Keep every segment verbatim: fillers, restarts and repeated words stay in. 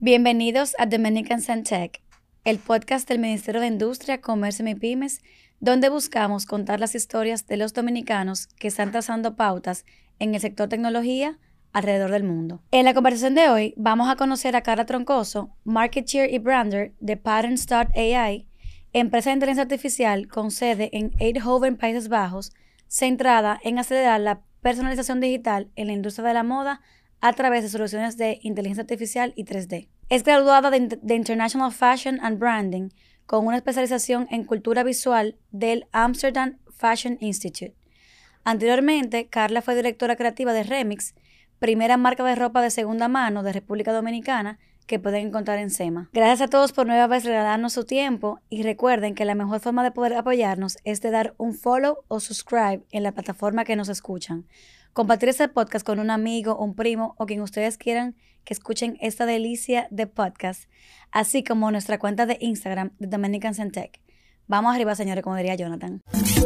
Bienvenidos a Dominicans and Tech, el podcast del Ministerio de Industria, Comercio y MIPYMES, donde buscamos contar las historias de los dominicanos que están trazando pautas en el sector tecnología alrededor del mundo. En la conversación de hoy vamos a conocer a Carla Troncoso, Marketeer y Brander de Patterns punto A I, empresa de inteligencia artificial con sede en Eindhoven, Países Bajos, centrada en acelerar la personalización digital en la industria de la moda a través de soluciones de inteligencia artificial y tres D. Es graduada de, de International Fashion and Branding con una especialización en cultura visual del Amsterdam Fashion Institute. Anteriormente, Carla fue directora creativa de Remix, primera marca de ropa de segunda mano de República Dominicana que pueden encontrar en SEMA. Gracias a todos por nueva vez regalarnos su tiempo y recuerden que la mejor forma de poder apoyarnos es de dar un follow o subscribe en la plataforma que nos escuchan. Compartir este podcast con un amigo, un primo o quien ustedes quieran que escuchen esta delicia de podcast, así como nuestra cuenta de Instagram de Dominicans and Tech. Vamos arriba, señores, como diría Jonathan.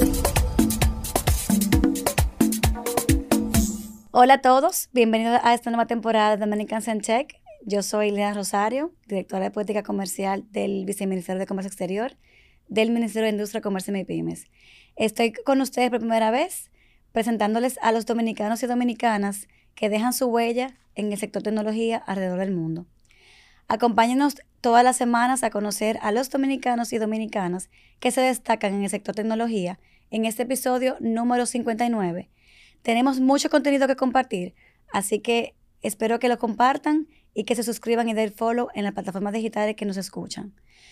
Hola a todos, bienvenidos a esta nueva temporada de Dominicans and Tech. Yo soy Lina Rosario, directora de política comercial del Viceministerio de Comercio Exterior del Ministerio de Industria, Comercio y MIPYMES. Estoy con ustedes por primera vez presentándoles a los dominicanos y dominicanas que dejan su huella en el sector tecnología alrededor del mundo. Acompáñenos todas las semanas a conocer a los dominicanos y dominicanas que se destacan en el sector tecnología en este episodio número cincuenta y nueve. Tenemos mucho contenido que compartir, así que espero que lo compartan y que se suscriban y den follow en las plataformas digitales que nos escuchan.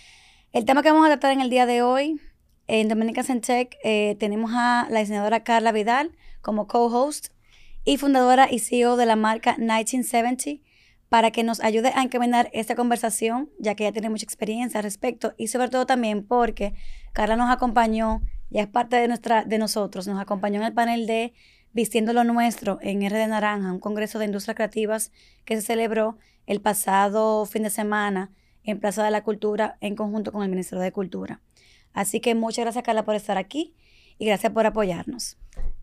El tema que vamos a tratar en el día de hoy en Dominicans and Tech eh, tenemos a la diseñadora Carla Vidal como co-host y fundadora y C E O de la marca mil novecientos setenta para que nos ayude a encaminar esta conversación, ya que ella tiene mucha experiencia al respecto y sobre todo también porque Carla nos acompañó, ya es parte de, nuestra, de nosotros, nos acompañó en el panel de Vistiendo lo Nuestro en R de Naranja, un congreso de industrias creativas que se celebró el pasado fin de semana en Plaza de la Cultura en conjunto con el Ministerio de Cultura. Así que muchas gracias, Carla, por estar aquí y gracias por apoyarnos.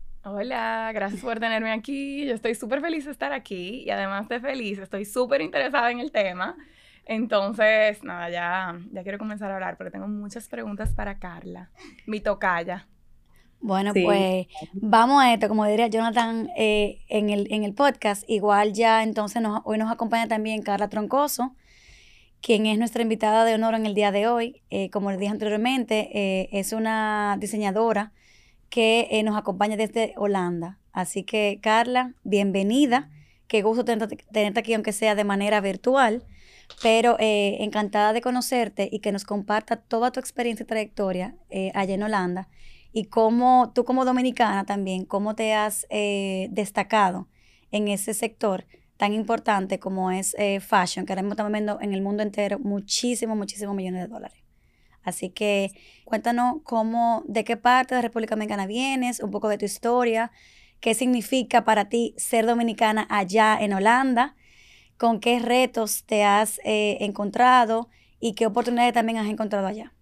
Hola, gracias por tenerme aquí. Yo estoy súper feliz de estar aquí y además de feliz, estoy súper interesada en el tema. Entonces, nada, ya, ya quiero comenzar a hablar porque tengo muchas preguntas para Carla, mi tocaya. Bueno, Sí. pues vamos a esto, como diría Jonathan eh, en, el, en el podcast. Igual ya entonces nos, hoy nos acompaña también Carla Troncoso, quien es nuestra invitada de honor en el día de hoy. Eh, como les dije anteriormente, eh, es una diseñadora que eh, nos acompaña desde Holanda. Así que, Carla, bienvenida. Qué gusto tenerte, tenerte aquí, aunque sea de manera virtual, pero eh, encantada de conocerte y que nos comparta toda tu experiencia y trayectoria eh, allá en Holanda y cómo tú como dominicana también, cómo te has eh, destacado en ese sector tan importante como es eh, fashion, que ahora mismo estamos viendo en el mundo entero muchísimos, muchísimos millones de dólares. Así que cuéntanos cómo, de qué parte de República Dominicana vienes, un poco de tu historia, qué significa para ti ser dominicana allá en Holanda, con qué retos te has eh, encontrado y qué oportunidades también has encontrado allá.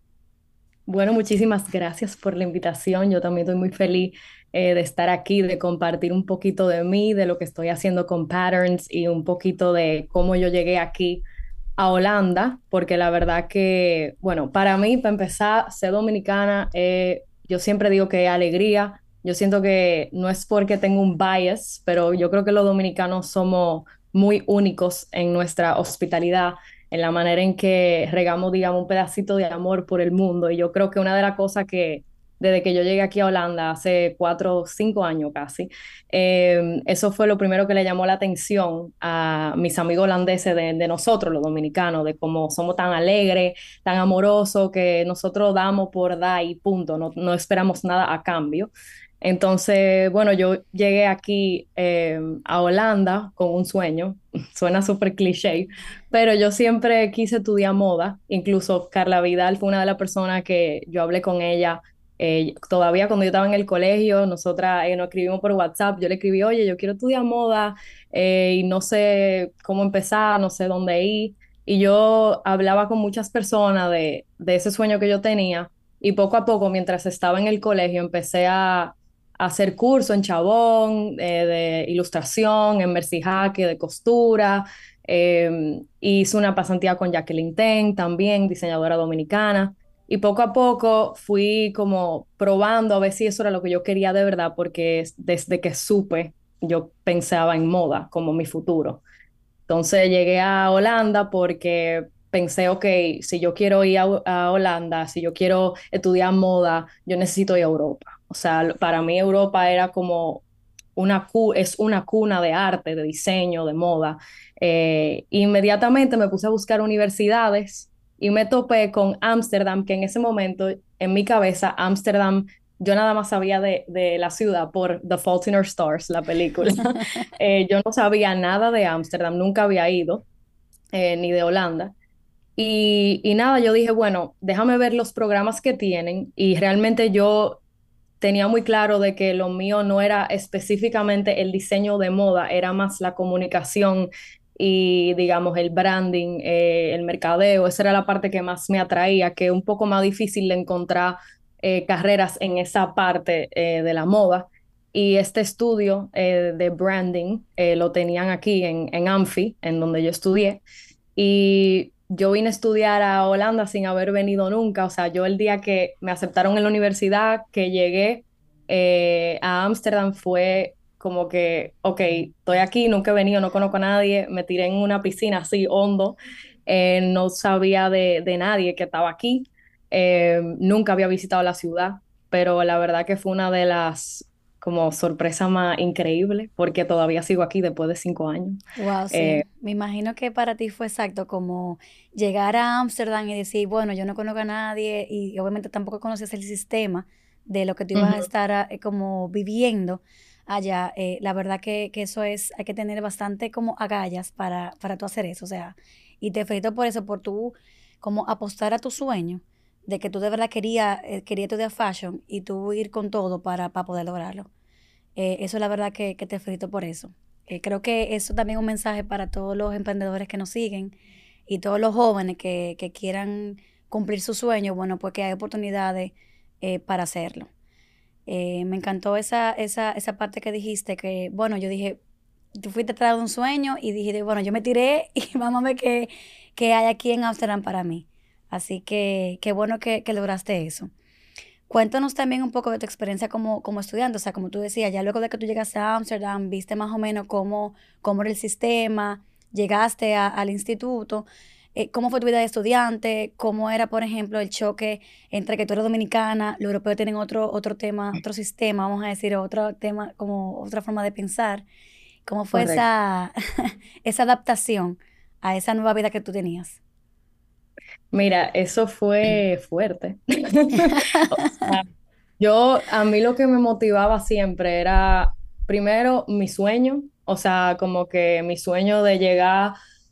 Bueno, muchísimas gracias por la invitación. Yo también estoy muy feliz eh, de estar aquí, de compartir un poquito de mí, de lo que estoy haciendo con Patterns y un poquito de cómo yo llegué aquí a Holanda, porque la verdad que, bueno, para mí, para empezar, ser dominicana, eh, yo siempre digo que alegría. Yo siento que no es porque tengo un bias, pero yo creo que los dominicanos somos muy únicos en nuestra hospitalidad, en la manera en que regamos, digamos, un pedacito de amor por el mundo. Y yo creo que una de las cosas que, desde que yo llegué aquí a Holanda, hace cuatro o cinco años casi, eh, eso fue lo primero que le llamó la atención a mis amigos holandeses de, de nosotros, los dominicanos, de cómo somos tan alegres, tan amorosos, que nosotros damos por dar y punto, no, no esperamos nada a cambio. Entonces, bueno, yo llegué aquí eh, a Holanda con un sueño, suena súper cliché, pero yo siempre quise estudiar moda. Incluso Carla Vidal fue una de las personas que yo hablé con ella eh, todavía cuando yo estaba en el colegio. Nosotras eh, nos escribimos por WhatsApp. Yo le escribí, oye, yo quiero estudiar moda eh, y no sé cómo empezar, no sé dónde ir. Y yo hablaba con muchas personas de, de ese sueño que yo tenía. Y poco a poco, mientras estaba en el colegio, empecé a hacer curso en Chabón, eh, de ilustración, en Mercy Jaque, de costura. Eh, hice una pasantía con Jacqueline Ten, también diseñadora dominicana. Y poco a poco fui como probando a ver si eso era lo que yo quería de verdad, porque es- desde que supe, yo pensaba en moda como mi futuro. Entonces llegué a Holanda porque pensé, ok, si yo quiero ir a, a Holanda, si yo quiero estudiar moda, yo necesito ir a Europa. O sea, lo- para mí Europa era como una, cu- es una cuna de arte, de diseño, de moda. Eh, inmediatamente me puse a buscar universidades y me topé con Ámsterdam, que en ese momento, en mi cabeza, Ámsterdam, yo nada más sabía de, de la ciudad por The Fault in Our Stars, la película. Eh, yo no sabía nada de Ámsterdam, nunca había ido, eh, ni de Holanda. Y, y nada, yo dije, bueno, déjame ver los programas que tienen y realmente yo tenía muy claro de que lo mío no era específicamente el diseño de moda, era más la comunicación y, digamos, el branding, eh, el mercadeo. Esa era la parte que más me atraía, que es un poco más difícil de encontrar eh, carreras en esa parte eh, de la moda. Y este estudio eh, de branding eh, lo tenían aquí en, en Amfi, en donde yo estudié. Y yo vine a estudiar a Holanda sin haber venido nunca. O sea, yo el día que me aceptaron en la universidad, que llegué eh, a Ámsterdam, fue como que, ok, estoy aquí, nunca he venido, no conozco a nadie, me tiré en una piscina así hondo, eh, no sabía de, de nadie que estaba aquí, eh, nunca había visitado la ciudad, pero la verdad que fue una de las como sorpresas más increíbles, porque todavía sigo aquí después de cinco años. Wow, Eh, sí. Me imagino que para ti fue exacto como llegar a Ámsterdam y decir, bueno, yo no conozco a nadie y obviamente tampoco conoces el sistema de lo que tú ibas a Ujú. estar ah, eh, como viviendo allá. Eh, la verdad que, que eso es, hay que tener bastante como agallas para, para tú hacer eso. O sea, y te felicito por eso, por tú como apostar a tu sueño de que tú de verdad querías eh, quería estudiar fashion y tú ir con todo para, para poder lograrlo. Eh, eso es la verdad que, que te felicito por eso. Eh, creo que eso también es un mensaje para todos los emprendedores que nos siguen y todos los jóvenes que, que quieran cumplir su sueño, bueno, pues que hay oportunidades eh, para hacerlo. Eh, me encantó esa, esa, esa parte que dijiste, que bueno, yo dije, tú fuiste atrás de un sueño y dije, bueno, yo me tiré y vamos a ver qué, qué hay aquí en Amsterdam para mí. Así que qué bueno que, que lograste eso. Cuéntanos también un poco de tu experiencia como, como estudiante, o sea, como tú decías, ya luego de que tú llegaste a Amsterdam, viste más o menos cómo, cómo era el sistema, llegaste a- al instituto, eh, cómo fue tu vida de estudiante, cómo era, por ejemplo, el choque entre que tú eres dominicana, los europeos tienen otro, otro tema, otro sistema, vamos a decir, otro tema, como otra forma de pensar, cómo fue Correcto. esa, esa adaptación a esa nueva vida que tú tenías. Mira, eso fue fuerte. O sea, yo, a mí lo que me motivaba siempre era, primero, mi sueño, o sea, como que mi sueño de llegar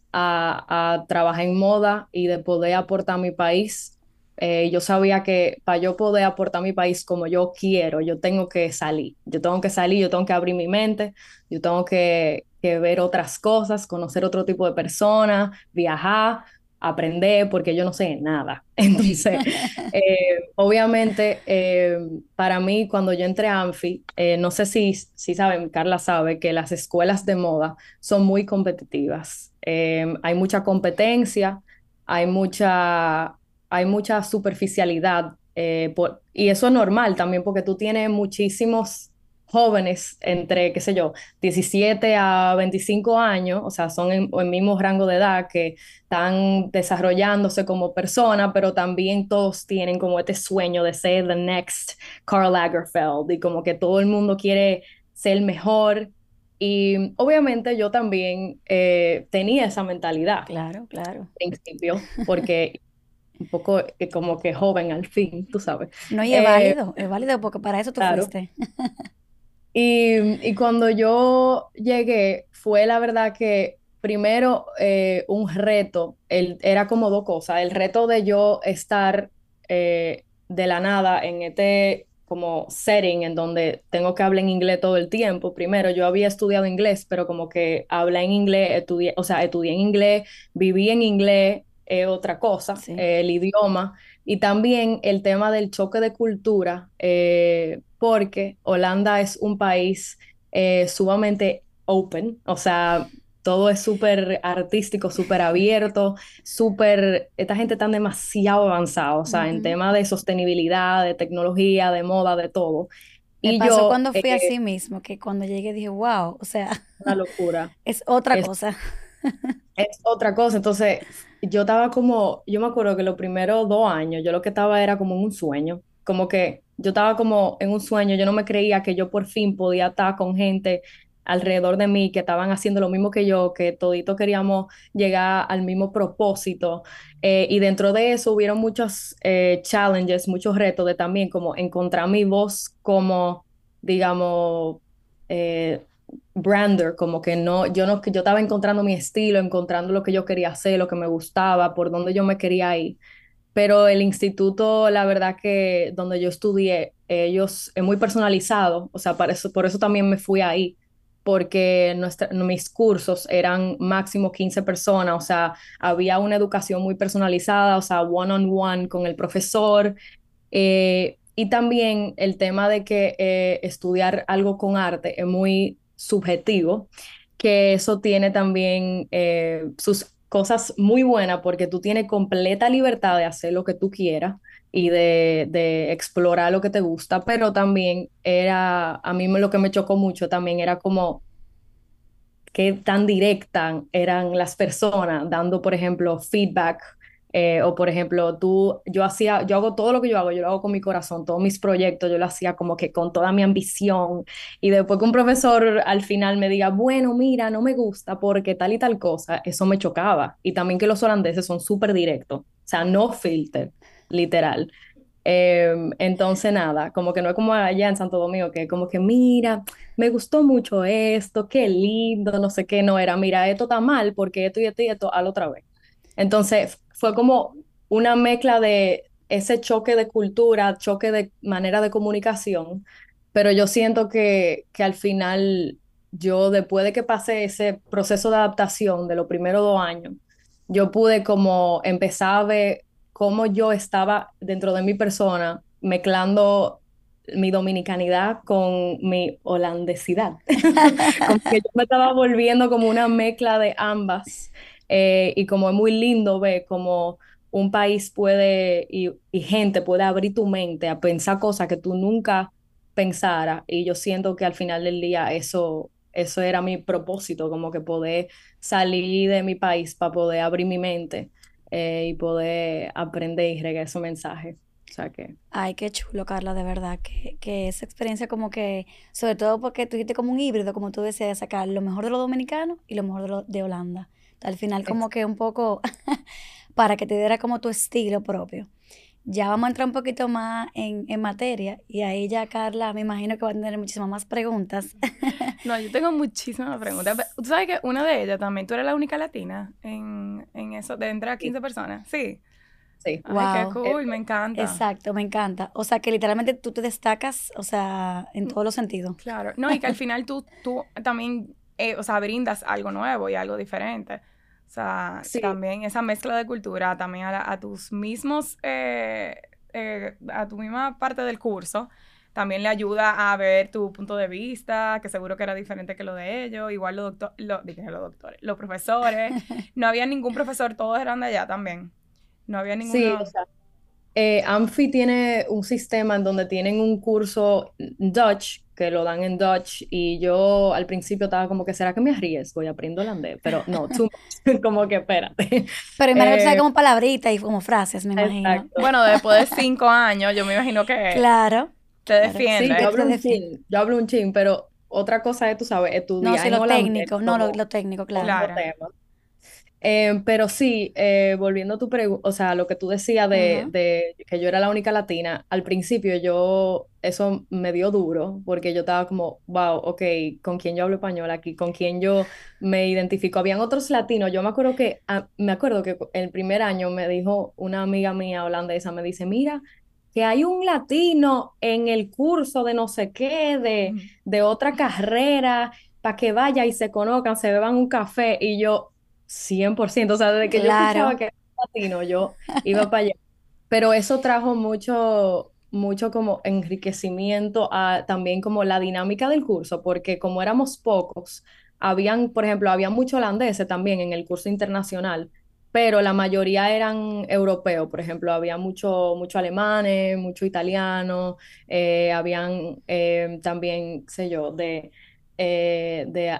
a, a trabajar en moda y de poder aportar a mi país. Eh, yo sabía que para yo poder aportar a mi país como yo quiero, yo tengo que salir, yo tengo que salir, yo tengo que abrir mi mente, yo tengo que, que ver otras cosas, conocer otro tipo de personas, viajar, aprender, porque yo no sé nada. Entonces, eh, obviamente, eh, para mí, cuando yo entré a Anfi, eh, no sé si, si saben, Carla sabe que las escuelas de moda son muy competitivas. Eh, hay mucha competencia, hay mucha, hay mucha superficialidad, eh, por- y eso es normal también porque tú tienes muchísimos jóvenes entre, qué sé yo, diecisiete a veinticinco años, o sea, son en, en el mismo rango de edad que están desarrollándose como persona, pero también todos tienen como este sueño de ser the next Karl Lagerfeld y como que todo el mundo quiere ser mejor. Y obviamente yo también eh, tenía esa mentalidad al Claro, claro. principio, porque un poco eh, como que joven al fin, tú sabes. No, y es Eh, válido, es válido porque para eso tú claro. fuiste. Y, y cuando yo llegué, fue la verdad que primero eh, un reto, el, era como dos cosas, el reto de yo estar eh, de la nada en este como setting en donde tengo que hablar en inglés todo el tiempo. Primero, yo había estudiado inglés, pero como que hablar en inglés, estudié, o sea, estudié en inglés, viví en inglés, es otra cosa, Sí. eh, el idioma. Y también el tema del choque de cultura, eh, porque Holanda es un país eh, sumamente open, o sea, todo es súper artístico, súper abierto, súper, esta gente está demasiado avanzada, o sea, en Ujú. tema de sostenibilidad, de tecnología, de moda, de todo. Me Y pasó yo, cuando eh, fui así mismo, que cuando llegué dije, wow, o sea, una locura. es otra cosa. Es otra cosa. Entonces, yo estaba como, yo me acuerdo que los primeros dos años, yo lo que estaba era como en un sueño, como que yo estaba como en un sueño, yo no me creía que yo por fin podía estar con gente alrededor de mí que estaban haciendo lo mismo que yo, que todito queríamos llegar al mismo propósito. Eh, y dentro de eso hubieron muchos eh, challenges, muchos retos de también como encontrar mi voz como, digamos, eh, brander, como que no, yo no, que yo estaba encontrando mi estilo, encontrando lo que yo quería hacer, lo que me gustaba, por dónde yo me quería ir. Pero el instituto, la verdad que donde yo estudié, ellos es muy personalizado, o sea, para eso, por eso también me fui ahí, porque nuestra, mis cursos eran máximo quince personas, o sea, había una educación muy personalizada, o sea, one on one con el profesor, eh, y también el tema de que eh, estudiar algo con arte es muy subjetivo, que eso tiene también eh, sus cosas muy buenas porque tú tienes completa libertad de hacer lo que tú quieras y de, de explorar lo que te gusta, pero también era, a mí me- lo que me chocó mucho también era como qué tan directas eran las personas dando, por ejemplo, feedback. Eh, o por ejemplo, tú, yo hacía, yo hago todo lo que yo hago, yo lo hago con mi corazón, todos mis proyectos, yo lo hacía como que con toda mi ambición. Y después que un profesor al final me diga, bueno, mira, no me gusta porque tal y tal cosa, eso me chocaba. Y también que los holandeses son súper directos, o sea, no filter, literal. Em, entonces, nada, como que no es como allá en Santo Domingo, que como que, mira, me gustó mucho esto, qué lindo, no sé qué, no era, mira, esto está mal porque esto y esto y esto, al otra vez. Entonces, fue como una mezcla de ese choque de cultura, choque de manera de comunicación, pero yo siento que, que al final, yo después de que pasé ese proceso de adaptación de los primeros dos años, yo pude como empezar a ver cómo yo estaba dentro de mi persona mezclando mi dominicanidad con mi holandesidad. Como que yo me estaba volviendo como una mezcla de ambas. Eh, y como es muy lindo ver cómo un país puede y, y gente puede abrir tu mente a pensar cosas que tú nunca pensaras. Y yo siento que al final del día eso, eso era mi propósito, como que poder salir de mi país para poder abrir mi mente eh, y poder aprender y regar ese mensaje. O sea que Ay, qué chulo, Carla, de verdad, que, que esa experiencia como que, sobre todo porque tú dijiste como un híbrido, como tú decías, de sacar lo mejor de los dominicanos y lo mejor de, lo- de Holanda. Al final es, como que un poco para que te diera como tu estilo propio. Ya vamos a entrar un poquito más en, en materia y ahí ya Carla me imagino que va a tener muchísimas más preguntas. No, yo tengo muchísimas preguntas. Pe- ¿Tú sabes que una de ellas también, tú eres la única latina en, en eso, de entre a sí, quince personas? Sí. sí. Ay, qué Wow, Eh, cool, me encanta. exacto, me encanta. O sea que literalmente tú te destacas, o sea, en todos los sentidos. Claro. No, y que al final tú, tú también, eh, o sea, brindas algo nuevo y algo diferente. O sea, sí, también esa mezcla de cultura, también a, la- a tus mismos, eh, eh, a tu misma parte del curso, también le ayuda a ver tu punto de vista, que seguro que era diferente que lo de ellos. Igual los doctores, lo, dije los doctores, los profesores. No había ningún profesor, todos eran de allá también. No había sí, o ninguno. sea, Eh, Amphi tiene un sistema en donde tienen un curso Dutch, que lo dan en Dutch, y yo al principio estaba como que, ¿será que me arriesgo y aprendo holandés? Pero no, too much, como que espérate. Pero imagino que tú sabes Eh, como palabritas y como frases, me imagino. exacto. Bueno, después de cinco años, yo me imagino que Claro, te claro. Sí, yo Que defiendes. tú hablo te un defiendes. chin, yo hablo un chin, pero otra cosa es, tú sabes, No, estudiar sí, en lo holandés técnico, no, lo, como lo técnico, claro. otro Claro. tema. Eh, pero sí, eh, volviendo a tu pregunta, o sea, lo que tú decías de, Ujú. de que yo era la única latina, al principio yo, eso me dio duro, porque yo estaba como, wow, ok, ¿con quién yo hablo español aquí? ¿Con quién yo me identifico? Habían otros latinos, yo me acuerdo que, ah, me acuerdo que el primer año me dijo una amiga mía holandesa, me dice, mira, que hay un latino en el curso de no sé qué, de, Ujú. de otra carrera, para que vaya y se conozcan, se beban un café, y yo cien por ciento, o sea, desde que yo escuchaba Claro. que era latino, yo iba para allá. Pero eso trajo mucho, mucho como enriquecimiento a también como la dinámica del curso, porque como éramos pocos, habían, por ejemplo, había mucho holandeses también en el curso internacional, pero la mayoría eran europeos, por ejemplo, había mucho, mucho alemanes, mucho italiano, eh, habían eh, también, qué sé yo, de, eh, de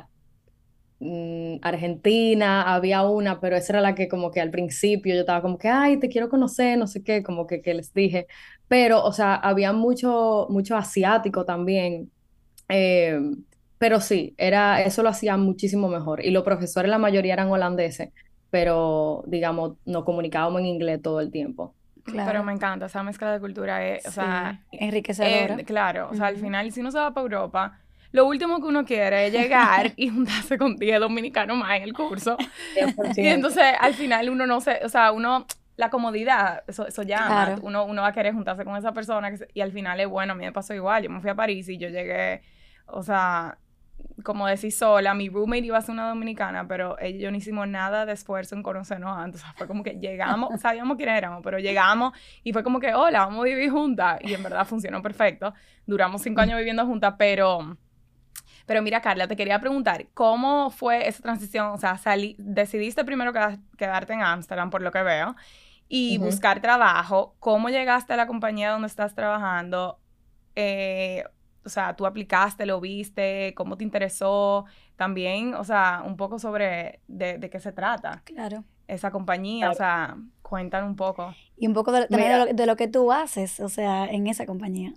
mm, Argentina, había una, pero esa era la que como que al principio yo estaba como que, ay, te quiero conocer, no sé qué, como que, que les dije, pero, o sea, había mucho, mucho asiático también, eh, pero sí, era, eso lo hacía muchísimo mejor, y los profesores la mayoría eran holandeses, pero, digamos, nos comunicábamos en inglés todo el tiempo. Pero Claro, me encanta, esa mezcla de cultura es, o sea, sí, enriquecedora. eh, claro, o sea, al Ujú. final, si uno se va para Europa, lo último que uno quiere es llegar y juntarse con diez dominicanos más en el curso. cien por Y ciento. entonces, al final, uno no se, o sea, uno, la comodidad, eso, eso llama, Claro, uno, uno va a querer juntarse con esa persona que se- y al final es bueno, a mí me pasó igual, yo me fui a París y yo llegué, o sea, como decís sola, mi roommate iba a ser una dominicana, pero ella y yo no hicimos nada de esfuerzo en conocernos antes. O sea, fue como que llegamos, sabíamos quiénes éramos, pero llegamos y fue como que, hola, vamos a vivir juntas. Y en verdad funcionó perfecto. Duramos cinco años viviendo juntas, pero, pero mira, Carla, te quería preguntar, ¿cómo fue esa transición? O sea, salí, decidiste primero queda- quedarte en Ámsterdam, por lo que veo, y Ujú. buscar trabajo. ¿Cómo llegaste a la compañía donde estás trabajando? eh, o sea, tú aplicaste, lo viste, cómo te interesó, también, o sea, un poco sobre de, de qué se trata claro. esa compañía, o Claro. sea, cuentan un poco. Y un poco de- también de Mira, lo, de lo que tú haces, o sea, en esa compañía.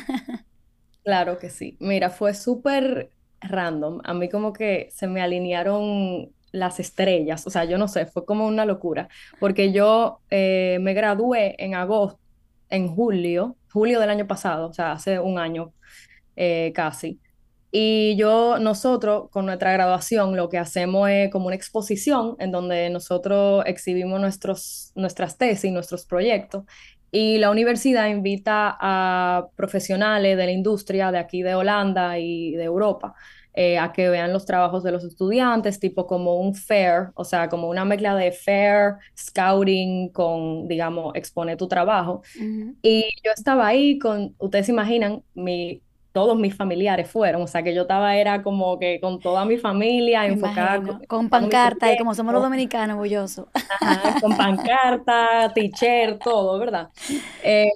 claro que sí. Mira, fue súper random. A mí como que se me alinearon las estrellas. O sea, yo no sé, fue como una locura. Porque yo eh, me gradué en agosto, en julio, julio del año pasado, o sea, hace un año eh, casi. Y yo, nosotros, con nuestra graduación, lo que hacemos es como una exposición en donde nosotros exhibimos nuestros, nuestras tesis, nuestros proyectos. Y la universidad invita a profesionales de la industria de aquí de Holanda y de Europa eh, a que vean los trabajos de los estudiantes, tipo como un fair, o sea, como una mezcla de fair, scouting con, digamos, expone tu trabajo. Ujú. Y yo estaba ahí con, ustedes se imaginan, mi, todos mis familiares fueron, o sea que yo estaba, era como que con toda mi familia, Me enfocada, co- imagino. Con enfocando mi pancarta y como somos los proyecto, dominicanos, bullosos. ajá, con pancarta, t-shirt, todo, ¿verdad? Eh,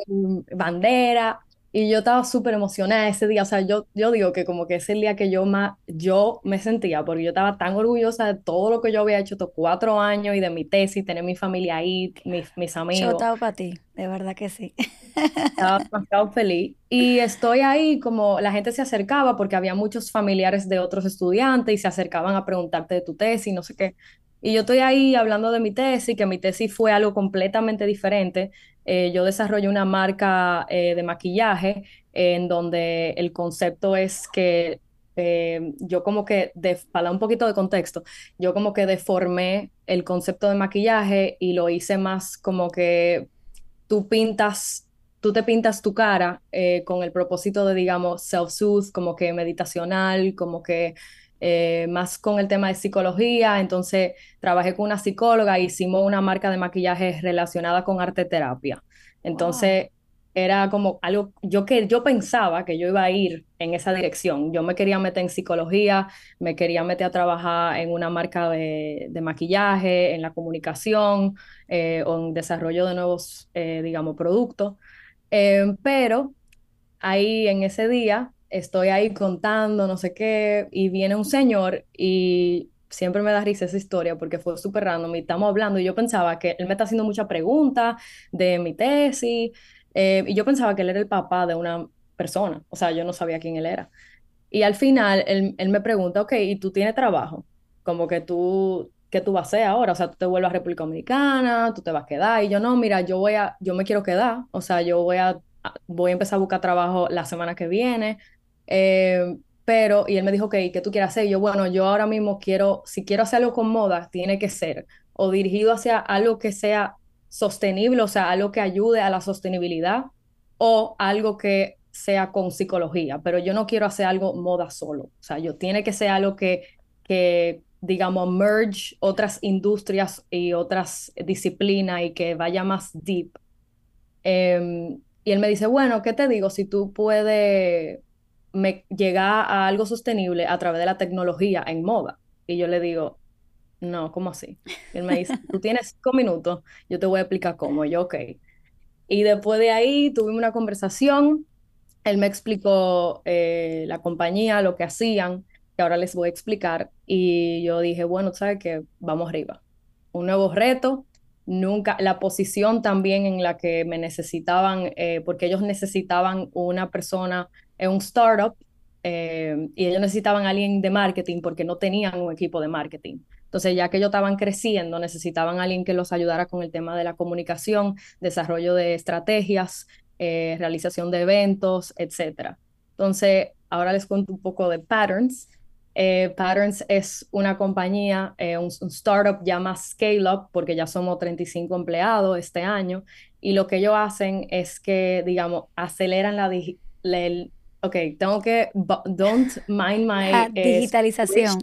bandera, y yo estaba súper emocionada ese día, o sea, yo, yo digo que como que es el día que yo más, yo me sentía, porque yo estaba tan orgullosa de todo lo que yo había hecho estos cuatro años y de mi tesis, tener mi familia ahí, mis, mis amigos. Chotado para ti, de verdad que sí. Estaba demasiado feliz. Y estoy ahí como la gente se acercaba porque había muchos familiares de otros estudiantes y se acercaban a preguntarte de tu tesis, no sé qué. Y yo estoy ahí hablando de mi tesis, que mi tesis fue algo completamente diferente. Eh, yo desarrollé una marca eh, de maquillaje eh, en donde el concepto es que eh, yo como que, de, para dar un poquito de contexto, yo como que deformé el concepto de maquillaje y lo hice más como que tú pintas, tú te pintas tu cara eh, con el propósito de, digamos, self-soothe, como que meditacional, como que eh, más con el tema de psicología. Entonces, trabajé con una psicóloga e hicimos una marca de maquillaje relacionada con arte terapia. Wow. Entonces, era como algo, yo que yo pensaba que yo iba a ir en esa dirección. Yo me quería meter en psicología, me quería meter a trabajar en una marca de, de maquillaje, en la comunicación, eh, o en desarrollo de nuevos, eh, digamos, productos. Eh, pero ahí en ese día estoy ahí contando, no sé qué, y viene un señor y siempre me da risa esa historia porque fue súper random y estamos hablando y yo pensaba que él me está haciendo muchas preguntas de mi tesis eh, y yo pensaba que él era el papá de una persona, o sea, yo no sabía quién él era. Y al final él, él me pregunta, ok, ¿y tú tienes trabajo? Como que tú, ¿qué tú vas a hacer ahora? O sea, tú te vuelves a República Dominicana, tú te vas a quedar. Y yo, no, mira, yo voy a, yo me quiero quedar. O sea, yo voy a, a- voy a empezar a buscar trabajo la semana que viene. Eh, pero, y él me dijo, ok, ¿qué tú quieres hacer? Y yo, bueno, yo ahora mismo quiero, si quiero hacer algo con moda, tiene que ser o dirigido hacia algo que sea sostenible, o sea, algo que ayude a la sostenibilidad o algo que sea con psicología, pero yo no quiero hacer algo moda solo, o sea, yo tiene que ser algo que, que digamos, merge otras industrias y otras disciplinas y que vaya más deep. Eh, y él me dice, bueno, ¿qué te digo? Si tú puedes me, llegar a algo sostenible a través de la tecnología en moda. Y yo le digo, no, ¿cómo así? Y él me dice, tú tienes cinco minutos, yo te voy a explicar cómo. Y yo, ok. Y después de ahí tuvimos una conversación. Él me explicó eh, la compañía, lo que hacían, que ahora les voy a explicar. Y yo dije, bueno, ¿sabes qué? Vamos arriba. Un nuevo reto. Nunca, la posición también en la que me necesitaban, eh, porque ellos necesitaban una persona en un startup eh, y ellos necesitaban a alguien de marketing porque no tenían un equipo de marketing. Entonces, ya que ellos estaban creciendo, necesitaban a alguien que los ayudara con el tema de la comunicación, desarrollo de estrategias, eh, realización de eventos, etcétera. Entonces, ahora les cuento un poco de Patterns. Eh, Patterns es una compañía, eh, un, un startup ya más scale-up, porque ya somos treinta y cinco empleados este año, y lo que ellos hacen es que, digamos, aceleran la... la el, ok, tengo que... Don't mind La my... Eh, digitalización.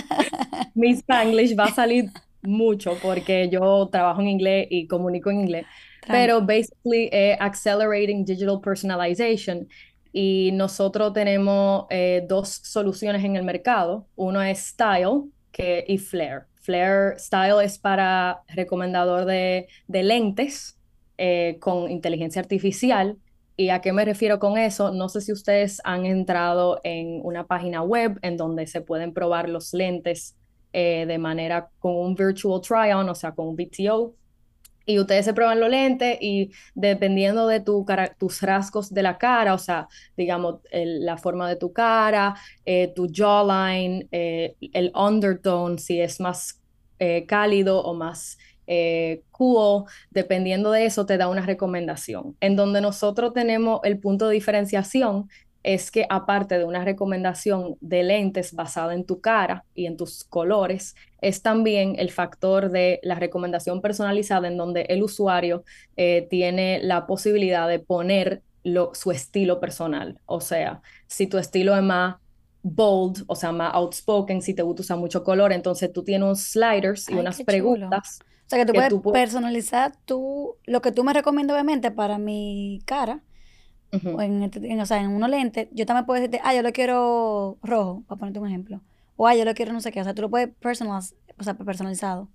mi Spanglish va a salir mucho porque yo trabajo en inglés y comunico en inglés, pero Tranqui. basically eh, accelerating digital personalization y nosotros tenemos eh, dos soluciones en el mercado. Uno es Style que, y Flare. Flare Style es para recomendador de, de lentes eh, con inteligencia artificial. ¿Y a qué me refiero con eso? No sé si ustedes han entrado en una página web en donde se pueden probar los lentes eh, de manera con un virtual try-on, o sea, con un V T O. Y ustedes se prueban los lentes y dependiendo de tu cara, tus rasgos de la cara, o sea, digamos, el, la forma de tu cara, eh, tu jawline, eh, el undertone, si es más eh, cálido o más eh, cool, dependiendo de eso te da una recomendación. En donde nosotros tenemos el punto de diferenciación es que aparte de una recomendación de lentes basada en tu cara y en tus colores, es también el factor de la recomendación personalizada en donde el usuario eh, tiene la posibilidad de poner lo, su estilo personal. O sea, si tu estilo es más bold, o sea, más outspoken, si te gusta usar mucho color, entonces tú tienes unos sliders y Ay, unas qué chulo. preguntas O sea, que tú que puedes tú puedes... personalizar tú, lo que tú me recomiendas, obviamente, para mi cara, o Ujú. en, este- en, o sea, en unos lentes, yo también puedo decirte, ah, yo lo quiero rojo, para ponerte un ejemplo. O, ah, yo lo quiero no sé qué. O sea, tú lo puedes personaliz- o sea, personalizado.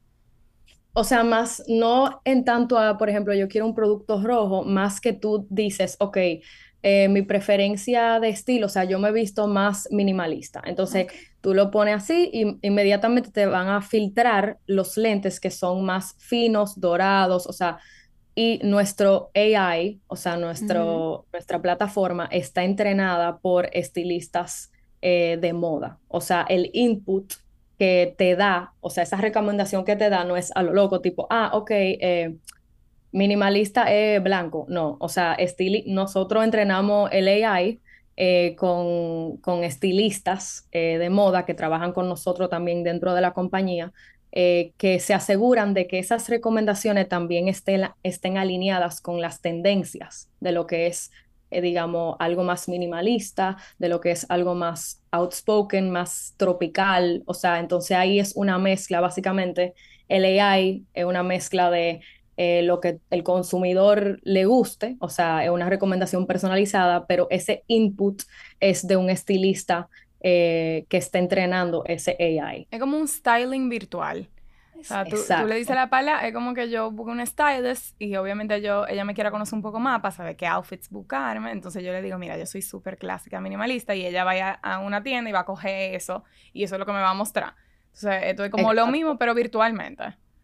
O sea, más no en tanto a, por ejemplo, yo quiero un producto rojo, más que tú dices, ok, eh, mi preferencia de estilo, o sea, yo me he visto más minimalista. Entonces, Ok. tú lo pones así y inmediatamente te van a filtrar los lentes que son más finos, dorados, o sea, y nuestro A I, o sea, Ujú. nuestro, nuestra plataforma está entrenada por estilistas eh, de moda. O sea, el input que te da, o sea, esa recomendación que te da no es a lo loco, tipo, ah, ok, eh, minimalista es blanco. No, o sea, estili nosotros entrenamos el A I eh, con, con estilistas eh, de moda que trabajan con nosotros también dentro de la compañía, eh, que se aseguran de que esas recomendaciones también estén, estén alineadas con las tendencias de lo que es, eh, digamos, algo más minimalista, de lo que es algo más outspoken, más tropical. O sea, entonces ahí es una mezcla, básicamente, el A I es una mezcla de eh, lo que el consumidor le guste, o sea, es una recomendación personalizada, pero ese input es de un estilista eh, que está entrenando ese A I. Es como un styling virtual. O Es- sea, tú, tú le dices a Exacto. la pala, es como que yo busco un stylist y obviamente yo, ella me quiera conocer un poco más para saber qué outfits buscarme. Entonces yo le digo, mira, yo soy súper clásica, minimalista y ella vaya a una tienda y va a coger eso y eso es lo que me va a mostrar. Entonces esto es como lo Exacto. mismo, pero virtualmente.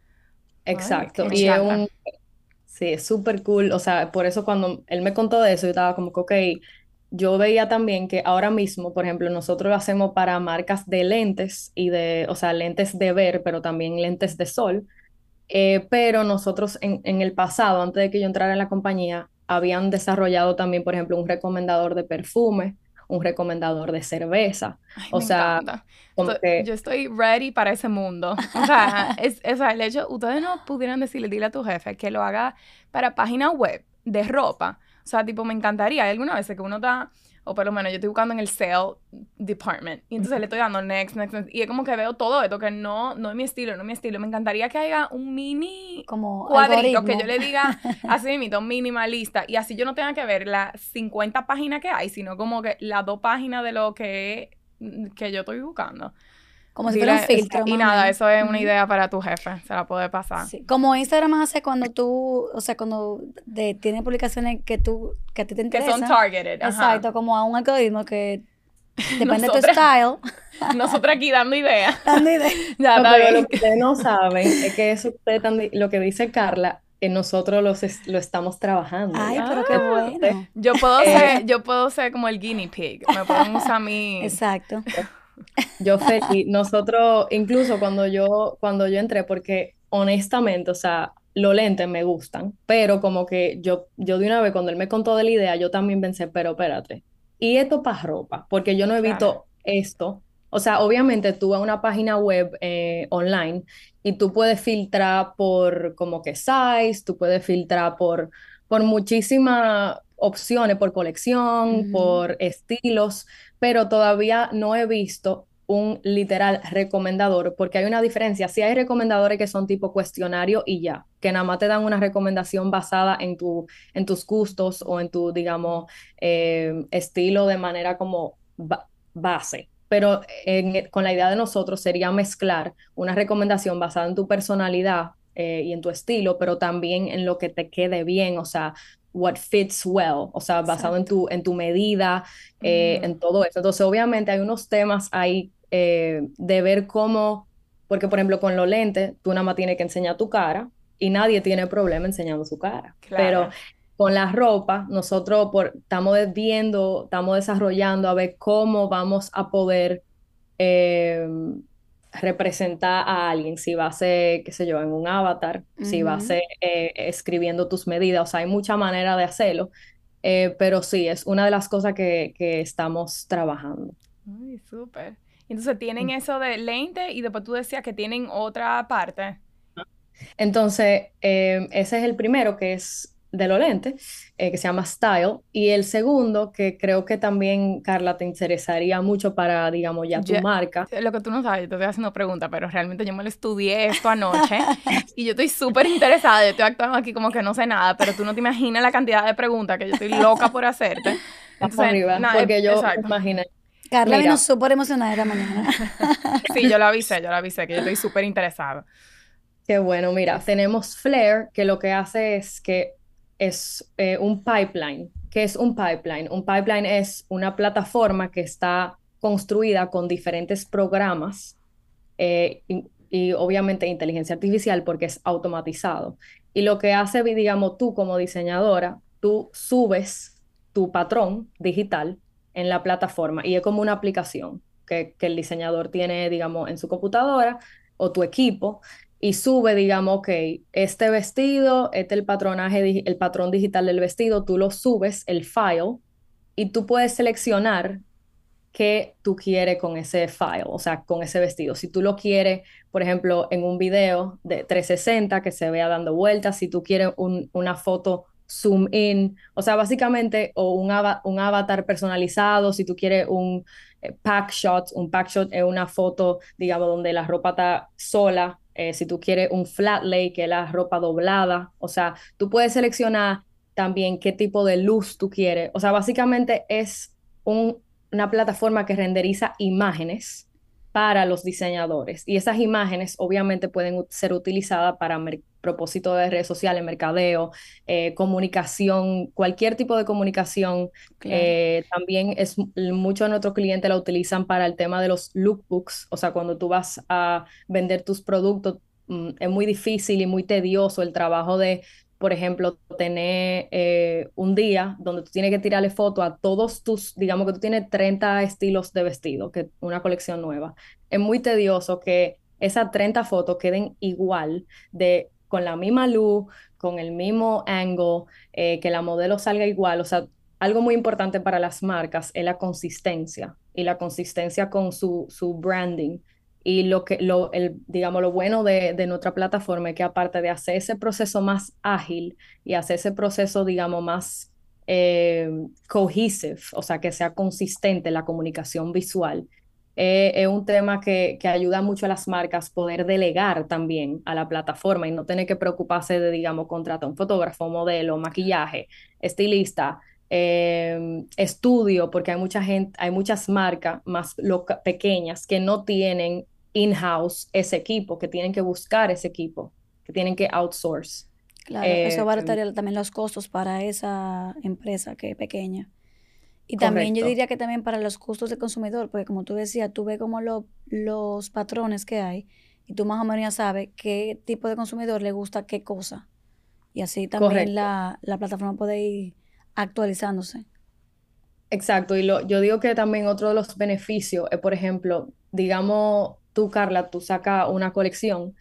Ay, Exacto. me qué Y es chulo. encanta. un, sí, es súper cool. O sea, por eso cuando él me contó de eso, yo estaba como que, ok, yo veía también que ahora mismo, por ejemplo, nosotros lo hacemos para marcas de lentes y de, o sea, lentes de ver, pero también lentes de sol. Eh, pero nosotros en, en el pasado, antes de que yo entrara en la compañía, habían desarrollado también, por ejemplo, un recomendador de perfume, un recomendador de cerveza. Ay, O me sea, encanta. como Estoy- que... yo estoy ready para ese mundo. O sea, es, es el hecho, ustedes no pudieran decirle, dile a tu jefe que lo haga para página web de ropa. O sea, tipo, me encantaría. Hay algunas veces que uno está, o por lo menos yo estoy buscando en el sale department, y entonces le estoy dando next, next, next, y es como que veo todo esto que no, no es mi estilo, no es mi estilo. Me encantaría que haya un mini Como cuadrito que yo algoritmo. le diga así mismo, minimalista, y así yo no tenga que ver las cincuenta páginas que hay, sino como que las dos páginas de lo que, que yo estoy buscando. como si Dile, fuera un filtro. y más o nada, menos. eso es una Ujú. idea para tu jefe, se la puede pasar. Sí. Como Instagram hace cuando tú, o sea, cuando de, tiene publicaciones que tú, que a ti te Que son interesan. targeted, ajá. Exacto, como a un algoritmo que depende de tu Nosotras- style, Nosotras aquí dando ideas. dando ideas. Ya, No, está pero bien. lo que ustedes no saben es que eso que ustedes están di- lo que dice Carla, que nosotros los es- lo estamos trabajando Ay, ya. pero qué Ah. bueno. Yo puedo Eh, ser, yo puedo ser como el guinea pig. Me pueden usar a mí. Exacto. Yo feliz. Nosotros, incluso cuando yo, cuando yo entré, porque honestamente, o sea, los lentes me gustan, pero como que yo, yo de una vez, cuando él me contó de la idea, yo también pensé, pero espérate, ¿y esto para ropa? Porque yo no Claro. evito esto. O sea, obviamente tú vas a una página web eh, online y tú puedes filtrar por como que size, tú puedes filtrar por, por muchísimas opciones, por colección, Ujú. por estilos, pero todavía no he visto un literal recomendador, porque hay una diferencia. Si hay recomendadores que son tipo cuestionario y ya, que nada más te dan una recomendación basada en tu, en tus gustos o en tu, digamos, eh, estilo de manera como ba- base. Pero en- con la idea de nosotros sería mezclar una recomendación basada en tu personalidad eh, y en tu estilo, pero también en lo que te quede bien, o sea, what fits well, o sea, basado en tu, en tu medida, eh, Mm. en todo eso. Entonces, obviamente hay unos temas ahí eh, de ver cómo, porque por ejemplo con los lentes, tú nada más tienes que enseñar tu cara y nadie tiene problema enseñando su cara. Pero Claro. con la ropa, nosotros por, estamos viendo, estamos desarrollando a ver cómo vamos a poder eh, representar a alguien, si va a ser, qué sé yo, en un avatar, si va a Ujú. ser eh, escribiendo tus medidas, o sea, hay mucha manera de hacerlo, eh, pero sí, es una de las cosas que, que estamos trabajando. Ay, súper. Entonces tienen eso de lente y después tú decías que tienen otra parte. Entonces, eh, ese es el primero que es de los lentes, eh, que se llama Style, y el segundo que creo que también, Carla, te interesaría mucho para, digamos, ya tu Yo- marca. Lo que tú no sabes, yo te estoy haciendo preguntas, pero realmente yo me lo estudié esto anoche y yo estoy súper interesada. Yo estoy actuando aquí como que no sé nada, pero tú no te imaginas la cantidad de preguntas que yo estoy loca por hacerte. Vamos Entonces, arriba, nada, porque yo me exacto. imaginé. Carla vino Mira, súper emocionada esta mañana. Sí, yo lo avisé, yo lo avisé, que yo estoy súper interesada. qué bueno, mira, tenemos Flare, que lo que hace es que es eh, un pipeline. ¿Qué es un pipeline? Un pipeline es una plataforma que está construida con diferentes programas eh, y, y obviamente inteligencia artificial porque es automatizado. Y lo que hace, digamos, tú como diseñadora, tú subes tu patrón digital en la plataforma y es como una aplicación que, que el diseñador tiene, digamos, en su computadora o tu equipo y sube, digamos, ok, este vestido, este es el patronaje, di- el patrón digital del vestido, tú lo subes, el file, y tú puedes seleccionar qué tú quieres con ese file, o sea, con ese vestido. Si tú lo quieres, por ejemplo, en un video de trescientos sesenta que se vea dando vueltas, si tú quieres un- una foto zoom in, o sea, básicamente, o un, ava- un avatar personalizado, si tú quieres un eh, pack shot, un pack shot es una foto, digamos, donde la ropa está sola, eh, si tú quieres un flat lay, que es la ropa doblada, o sea, tú puedes seleccionar también qué tipo de luz tú quieres, o sea, básicamente es un una plataforma que renderiza imágenes para los diseñadores. Y esas imágenes obviamente pueden ser utilizadas para propósito de redes sociales, mercadeo, eh, comunicación, cualquier tipo de comunicación. Claro. Eh, también es muchos de nuestros clientes la utilizan para el tema de los lookbooks, o sea, cuando tú vas a vender tus productos, mm, es muy difícil y muy tedioso el trabajo de por ejemplo, tener eh, un día donde tú tienes que tirarle foto a todos tus, digamos que tú tienes treinta estilos de vestido, que una colección nueva. Es muy tedioso que esas treinta fotos queden igual, de, con la misma luz, con el mismo angle, eh, que la modelo salga igual. O sea, algo muy importante para las marcas es la consistencia y la consistencia con su, su branding. Y lo que, lo, el, digamos, lo bueno de, de nuestra plataforma es que aparte de hacer ese proceso más ágil y hacer ese proceso, digamos, más eh, cohesive, o sea, que sea consistente la comunicación visual, eh, es un tema que, que ayuda mucho a las marcas poder delegar también a la plataforma y no tener que preocuparse de, digamos, contratar un fotógrafo, modelo, maquillaje, estilista, eh, estudio, porque hay mucha gente, hay muchas marcas más loca- pequeñas que no tienen in-house ese equipo, que tienen que buscar ese equipo, que tienen que outsource. Claro, eso Eh, abarataría también los costos para esa empresa que es pequeña. Y también yo correcto, diría que también para los costos del consumidor, porque como tú decías, tú ves como lo- los patrones que hay y tú más o menos ya sabes qué tipo de consumidor le gusta qué cosa. Y así también correcto. la, la plataforma puede ir actualizándose. Exacto, y lo, yo digo que también otro de los beneficios es, por ejemplo, digamos tú, Carla, tú sacas una colección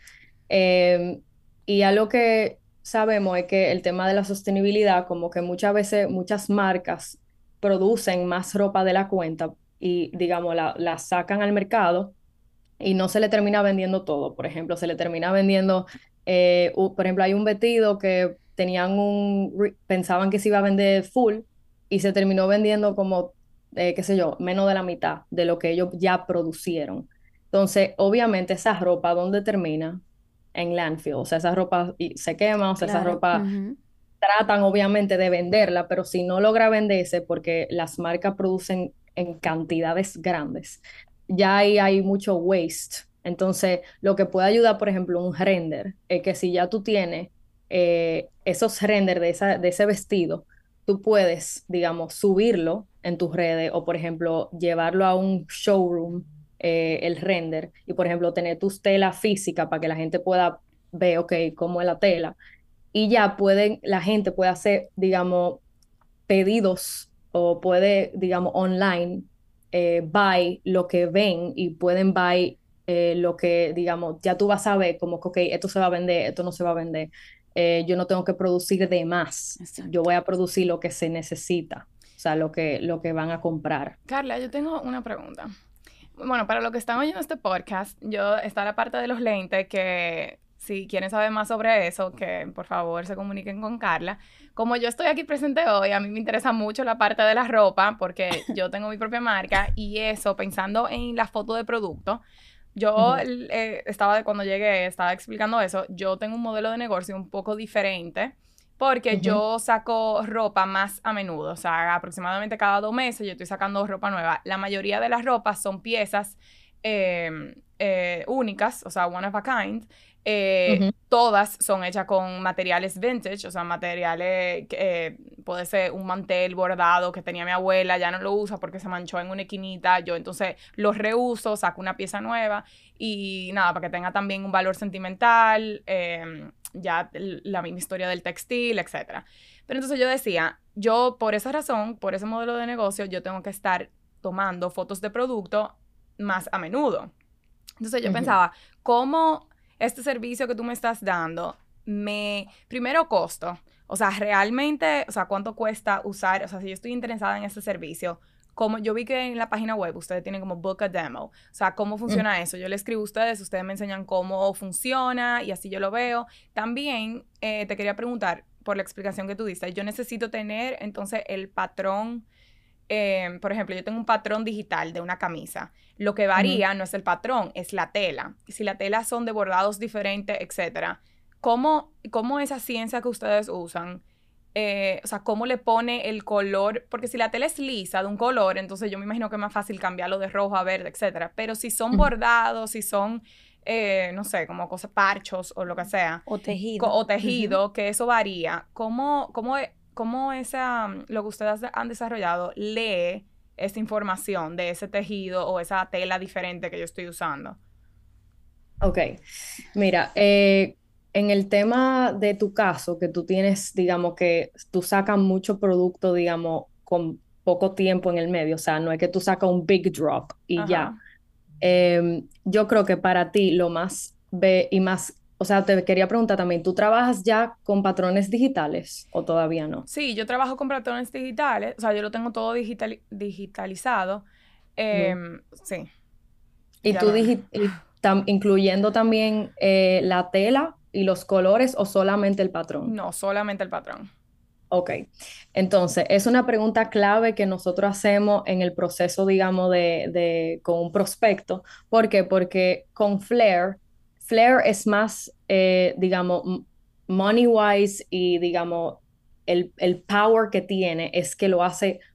eh, y algo que sabemos es que el tema de la sostenibilidad, como que muchas veces muchas marcas producen más ropa de la cuenta y, digamos, la, la sacan al mercado y no se le termina vendiendo todo. Por ejemplo, se le termina vendiendo, eh, u- por ejemplo, hay un vestido que tenían un, re- pensaban que se iba a vender full y se terminó vendiendo como, eh, qué sé yo, menos de la mitad de lo que ellos ya producieron. Entonces, obviamente, esa ropa, ¿dónde termina? En landfill. O sea, esa ropa y- se quema, o sea, esa Claro. ropa Ujú. tratan obviamente de venderla, pero si no logra venderse porque las marcas producen en cantidades grandes, ya ahí hay mucho waste. Entonces, lo que puede ayudar, por ejemplo, un render, es que si ya tú tienes eh, esos renders de, esa, de ese vestido, tú puedes, digamos, subirlo en tus redes o, por ejemplo, llevarlo a un showroom, eh, el render, y, por ejemplo, tener tus telas físicas para que la gente pueda ver, ok, cómo es la tela y ya pueden, la gente puede hacer, digamos, pedidos o puede, digamos, online, eh, buy lo que ven y pueden buy eh, lo que, digamos, ya tú vas a ver como que, ok, esto se va a vender, esto no se va a vender. Eh, yo no tengo que producir de más, yo Exacto. voy a producir lo que se necesita, o sea, lo que, lo que van a comprar. Carla, yo tengo una pregunta. Bueno, para los que están oyendo este podcast, yo está la parte de los lentes que si quieren saber más sobre eso, que por favor se comuniquen con Carla. Como yo estoy aquí presente hoy, a mí me interesa mucho la parte de la ropa porque yo tengo mi propia marca y eso, pensando en la foto de producto, yo Ujú, eh, estaba, cuando llegué, estaba explicando eso, yo tengo un modelo de negocio un poco diferente porque ujú, yo saco ropa más a menudo, o sea, aproximadamente cada dos meses yo estoy sacando ropa nueva. La mayoría de las ropas son piezas eh, eh, únicas, o sea, one of a kind. Eh, ujú, todas son hechas con materiales vintage, o sea, materiales que eh, puede ser un mantel bordado que tenía mi abuela, ya no lo usa porque se manchó en una esquinita, yo entonces lo reuso, saco una pieza nueva y nada, para que tenga también un valor sentimental, eh, ya la misma historia del textil, etcétera. Pero entonces yo decía, yo por esa razón, por ese modelo de negocio, yo tengo que estar tomando fotos de producto más a menudo. Entonces yo ujú. pensaba, ¿cómo este servicio que tú me estás dando me, primero costo, o sea, realmente, o sea, cuánto cuesta usar, o sea, si yo estoy interesada en este servicio, como yo vi que en la página web ustedes tienen como book a demo, o sea, ¿cómo Mm, funciona eso? Yo le escribo a ustedes, ustedes me enseñan cómo funciona y así yo lo veo. También eh, te quería preguntar, por la explicación que tú diste, yo necesito tener entonces el patrón eh, por ejemplo, yo tengo un patrón digital de una camisa. Lo que ujú. varía no es el patrón, es la tela. Si la tela son de bordados diferentes, etcétera. ¿Cómo, cómo esa ciencia que ustedes usan, eh, o sea, cómo le pone el color? Porque si la tela es lisa de un color, entonces yo me imagino que es más fácil cambiarlo de rojo a verde, etcétera. Pero si son Ujú. bordados, si son, eh, no sé, como cosas, parchos o lo que sea, O tejido. o Ujú. tejido, que eso varía. ¿Cómo, cómo, e- cómo esa, lo que ustedes han desarrollado lee esa información de ese tejido o esa tela diferente que yo estoy usando? Ok, mira, eh, en el tema de tu caso, que tú tienes, digamos, que tú sacas mucho producto, digamos, con poco tiempo en el medio, o sea, no es que tú sacas un big drop y ya. Ajá. Eh, yo creo que para ti lo más ve y más, o sea, te quería preguntar también, ¿tú trabajas ya con patrones digitales o todavía no? Sí, yo trabajo con patrones digitales, o sea, yo lo tengo todo digital, digitalizado. Ujú. Em, sí, Y ya tú lo... digi- y tam- incluyendo también eh, la tela y los colores o solamente el patrón. No, solamente el patrón. Ok, entonces es una pregunta clave que nosotros hacemos en el proceso, digamos, de, de con un prospecto. ¿Por qué? Porque con Flair, Flair es más, eh, digamos, m- money wise y, digamos, el, el power que tiene es que lo hace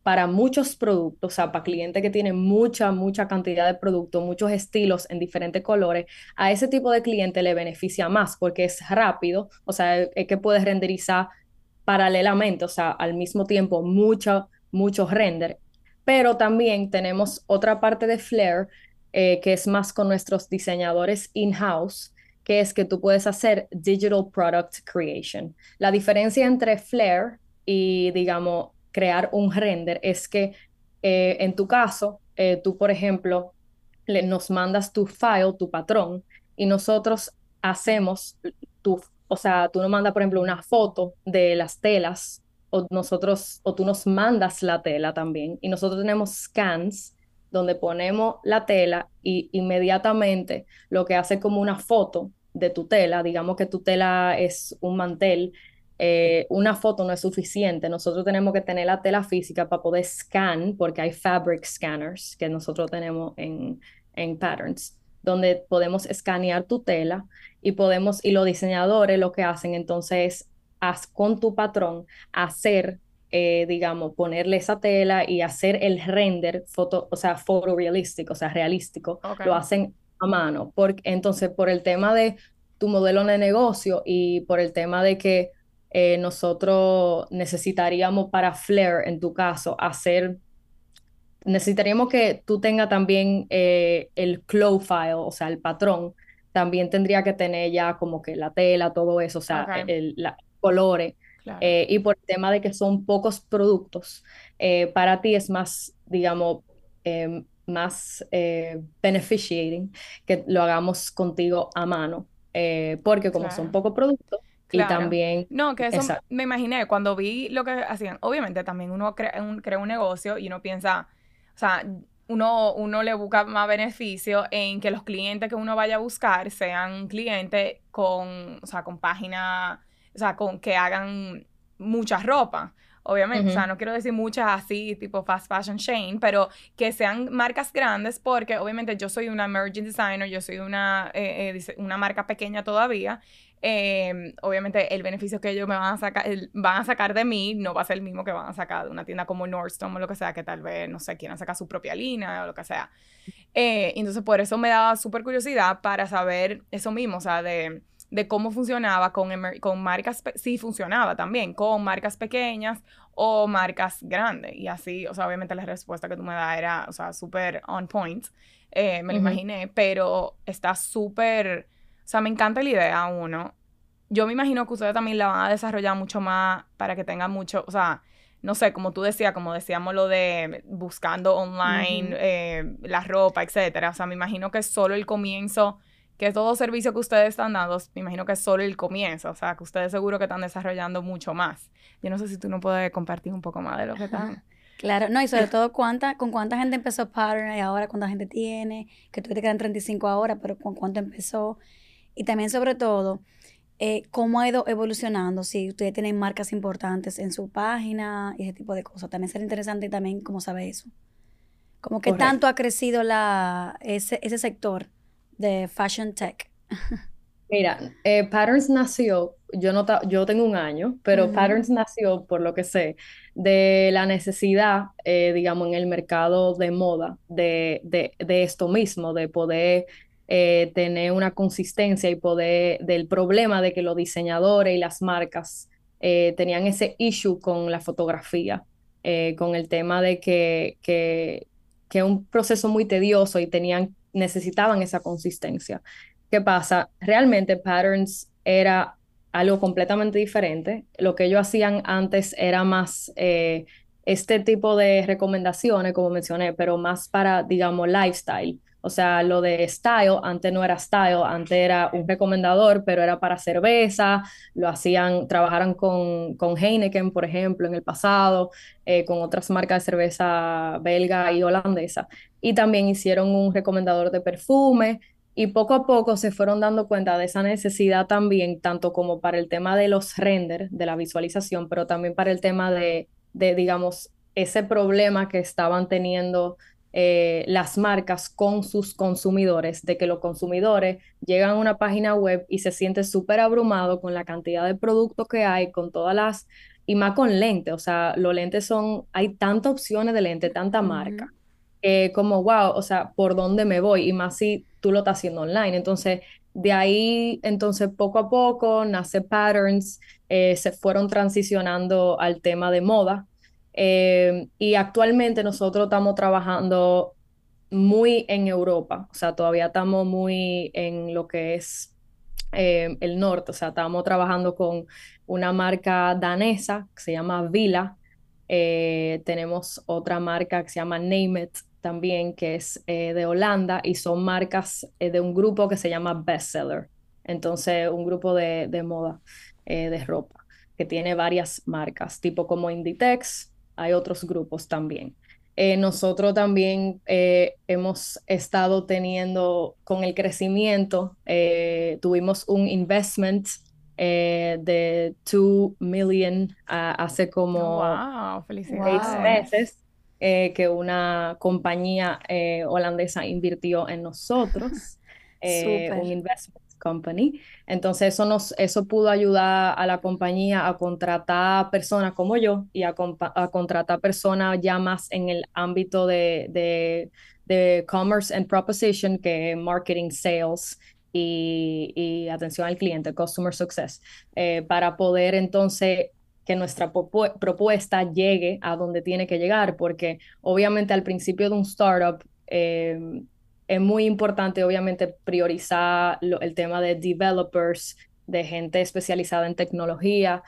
para muchos productos, o sea, para clientes que tienen mucha, mucha cantidad de productos, muchos estilos en diferentes colores, a ese tipo de cliente le beneficia más porque es rápido, o sea, es que puedes renderizar paralelamente, o sea, al mismo tiempo, mucho, muchos render. Pero también tenemos otra parte de Flare, eh, que es más con nuestros diseñadores in-house, que es que tú puedes hacer digital product creation. La diferencia entre Flare y, digamos, crear un render es que eh, en tu caso, eh, tú, por ejemplo, le, nos mandas tu file, tu patrón, y nosotros hacemos tu, o sea, tú nos mandas, por ejemplo, una foto de las telas, o nosotros, o tú nos mandas la tela también, y nosotros tenemos scans donde ponemos la tela y inmediatamente lo que hace como una foto de tu tela, digamos que tu tela es un mantel, eh, una foto no es suficiente, nosotros tenemos que tener la tela física para poder scan, porque hay fabric scanners que nosotros tenemos en, en Patterns, donde podemos escanear tu tela y podemos, y los diseñadores lo que hacen entonces es con tu patrón hacer, eh, digamos, ponerle esa tela y hacer el render, foto, o sea, fotorealístico, o sea, realístico, Ok, lo hacen a mano. Porque, entonces, por el tema de tu modelo de negocio y por el tema de que eh, nosotros necesitaríamos para Flare, en tu caso, hacer, necesitaríamos que tú tengas también eh, el claw file, o sea, el patrón, también tendría que tener ya como que la tela, todo eso, o sea, ok, el, la, colores. claro, Eh, y por el tema de que son pocos productos, eh, para ti es más, digamos, eh, más eh, beneficiating que lo hagamos contigo a mano, eh, porque como son claro. pocos productos y Claro. también, No, que eso exacto. me imaginé cuando vi lo que hacían. Obviamente también uno crea un, crea un negocio y uno piensa, o sea, uno, uno le busca más beneficio en que los clientes que uno vaya a buscar sean clientes con, o sea, con página, o sea, con que hagan mucha ropa. Obviamente, o sea, Ujú, no quiero decir muchas así, tipo fast fashion chain, pero que sean marcas grandes porque obviamente yo soy una emerging designer, yo soy una, eh, eh, dise- una marca pequeña todavía. Eh, obviamente el beneficio que ellos me van a sacar, el- van a sacar de mí no va a ser el mismo que van a sacar de una tienda como Nordstrom o lo que sea, que tal vez, no sé, quieran sacar su propia línea o lo que sea. Eh, entonces por eso me daba súper curiosidad para saber eso mismo, o sea, de, de cómo funcionaba con, emer- con marcas, pe- sí funcionaba también, con marcas pequeñas o marcas grandes. Y así, o sea, obviamente la respuesta que tú me das era, o sea, súper on point, eh, me lo ujú. imaginé, pero está súper, o sea, me encanta la idea, uno. Yo me imagino que ustedes también la van a desarrollar mucho más para que tengan mucho, o sea, no sé, como tú decías, como decíamos lo de buscando online, Ujú. eh, la ropa, etcétera. O sea, me imagino que es solo el comienzo, que todo servicio que ustedes están dando, me imagino que es solo el comienzo. O sea, que ustedes seguro que están desarrollando mucho más. Yo no sé si tú no puedes compartir un poco más de lo que están. Claro, no, y sobre todo cuánta, con cuánta gente empezó Pattern y ahora cuánta gente tiene, que tú te quedan treinta y cinco ahora, pero con cuánto empezó. Y también sobre todo, eh, cómo ha ido evolucionando, si ustedes tienen marcas importantes en su página y ese tipo de cosas. También sería interesante también cómo sabe eso. Como que tanto Correcto. ha crecido la, ese, ese sector de fashion tech. Mira, eh, Patterns nació, yo, no ta- yo tengo un año, pero Ujú, Patterns nació, por lo que sé, de la necesidad, eh, digamos, en el mercado de moda, de, de, de esto mismo, de poder eh, tener una consistencia y poder, del problema de que los diseñadores y las marcas eh, tenían ese issue con la fotografía, eh, con el tema de que, que, que es un proceso muy tedioso y tenían, necesitaban esa consistencia. ¿Qué pasa? Realmente Patterns era algo completamente diferente. Lo que ellos hacían antes era más eh, este tipo de recomendaciones, como mencioné, pero más para, digamos, lifestyle. O sea, lo de style, antes no era style, antes era un recomendador, pero era para cerveza, lo hacían, trabajaron con, con Heineken, por ejemplo, en el pasado, eh, con otras marcas de cerveza belga y holandesa. Y también hicieron un recomendador de perfume y poco a poco se fueron dando cuenta de esa necesidad también, tanto como para el tema de los renders, de la visualización, pero también para el tema de, de digamos, ese problema que estaban teniendo eh, las marcas con sus consumidores, de que los consumidores llegan a una página web y se sienten súper abrumados con la cantidad de productos que hay, con todas las y más con lentes, o sea, los lentes son, hay tantas opciones de lente, tanta marca, Ujú. eh, como, wow, o sea, ¿por dónde me voy? Y más si tú lo estás haciendo online. Entonces, de ahí, entonces, poco a poco, nace Patterns, eh, se fueron transicionando al tema de moda. Eh, y actualmente nosotros estamos trabajando muy en Europa, o sea, todavía estamos muy en lo que es eh, el norte, o sea, estamos trabajando con una marca danesa que se llama Vila. Eh, tenemos otra marca que se llama Name It también, que es eh, de Holanda, y son marcas eh, de un grupo que se llama Bestseller. Entonces, un grupo de, de moda, eh, de ropa, que tiene varias marcas, tipo como Inditex, hay otros grupos también. Eh, nosotros también eh, hemos estado teniendo con el crecimiento, eh, tuvimos un investment eh, de two million ah, hace Oh, como wow, seis Wow, felicidades. meses eh, que una compañía eh, holandesa invirtió en nosotros, eh, un súper. investment company. Entonces eso nos, eso pudo ayudar a la compañía a contratar personas como yo y a, compa- a contratar personas ya más en el ámbito de, de, de commerce and proposition, que es marketing, sales y, y atención al cliente, customer success, eh, para poder entonces que nuestra propu- propuesta llegue a donde tiene que llegar, porque obviamente al principio de un startup eh, es muy importante, obviamente, priorizar lo- el tema de developers, de gente especializada en tecnología,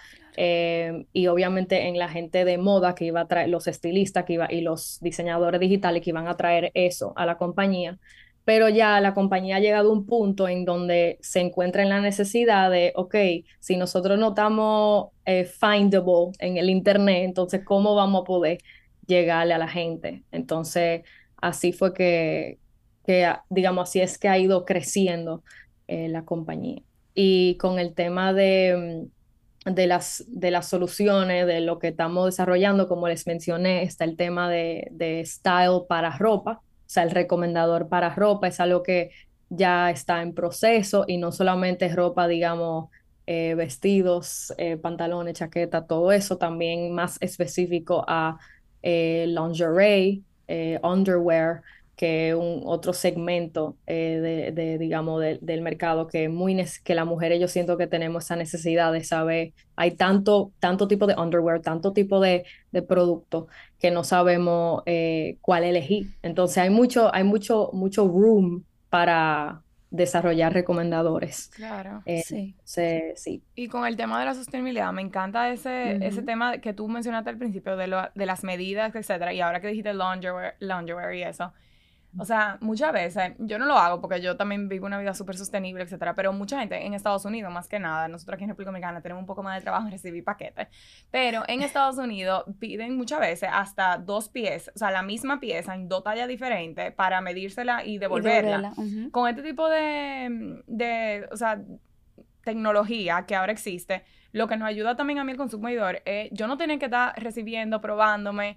eh, y obviamente en la gente de moda que iba a traer, los estilistas que iba, y los diseñadores digitales que iban a traer eso a la compañía. Pero ya la compañía ha llegado a un punto en donde se encuentra en la necesidad de, ok, si nosotros no estamos eh, findable en el internet, entonces, ¿cómo vamos a poder llegarle a la gente? Entonces, así fue que, que ah, digamos, así es que ha ido creciendo eh, la compañía. Y con el tema de, mm, de las, de las soluciones, de lo que estamos desarrollando, como les mencioné, está el tema de, de style para ropa, o sea, el recomendador para ropa es algo que ya está en proceso y no solamente es ropa, digamos, eh, vestidos, eh, pantalones, chaqueta, todo eso, también más específico a eh, lingerie, eh, underwear, que es un otro segmento eh, de, de, digamos, de- del mercado que muy nece- que las mujeres yo siento que tenemos esa necesidad de saber, hay tanto, tanto tipo de underwear, tanto tipo de, de producto que no sabemos eh, cuál elegir. Entonces hay mucho, hay mucho, mucho room para desarrollar recomendadores. Claro. Eh, Sí. entonces, sí. Y con el tema de la sostenibilidad, me encanta ese, ese Ujú. tema que tú mencionaste al principio de, lo, de las medidas, etcétera. Y ahora que dijiste lingerie, lingerie y eso. O sea, muchas veces, yo no lo hago porque yo también vivo una vida súper sostenible, etcétera, pero mucha gente en Estados Unidos, más que nada, nosotros aquí en República Dominicana tenemos un poco más de trabajo en recibir paquetes, pero en Estados Unidos piden muchas veces hasta dos piezas, o sea, la misma pieza en dos tallas diferentes para medírsela y Y devolverla. devolverla. Ujú. Con este tipo de, de, o sea, tecnología que ahora existe, lo que nos ayuda también a mí el consumidor es yo no tener que estar recibiendo, probándome,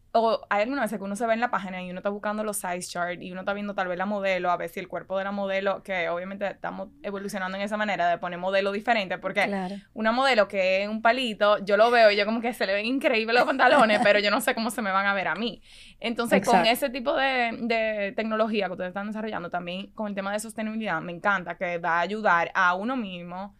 o hay algunas veces que uno se ve en la página y uno está buscando los size chart y uno está viendo tal vez la modelo, a ver si el cuerpo de la modelo, que obviamente estamos evolucionando en esa manera de poner modelos diferentes, porque Claro. una modelo que es un palito, yo lo veo y yo como que se le ven increíbles los pantalones, pero yo no sé cómo se me van a ver a mí. Entonces, con Exacto. ese tipo de, de tecnología que ustedes están desarrollando, también con el tema de sostenibilidad, me encanta que va a ayudar a uno mismo,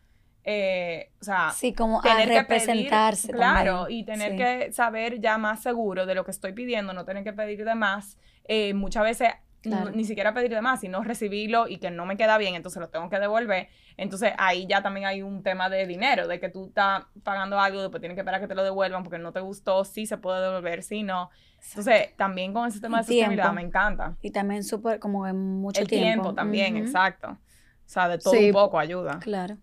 eh, o sea, Sí, como a tener que pedir, representarse claro, también. y tener Sí, que saber ya más seguro de lo que estoy pidiendo, no tener que pedir de más, eh, muchas veces n- claro. ni siquiera pedir de más, sino recibirlo y que no me queda bien, entonces lo tengo que devolver. Entonces ahí ya también hay un tema de dinero, de que tú estás pagando algo, después tienes que esperar a que te lo devuelvan porque no te gustó, sí se puede devolver, sí no. Exacto. Entonces también con ese tema Y de sostenibilidad me tiempo. encanta. Y también súper, como en mucho El tiempo. tiempo también, Ujú. exacto. O sea, de todo un Sí, poco ayuda. Claro.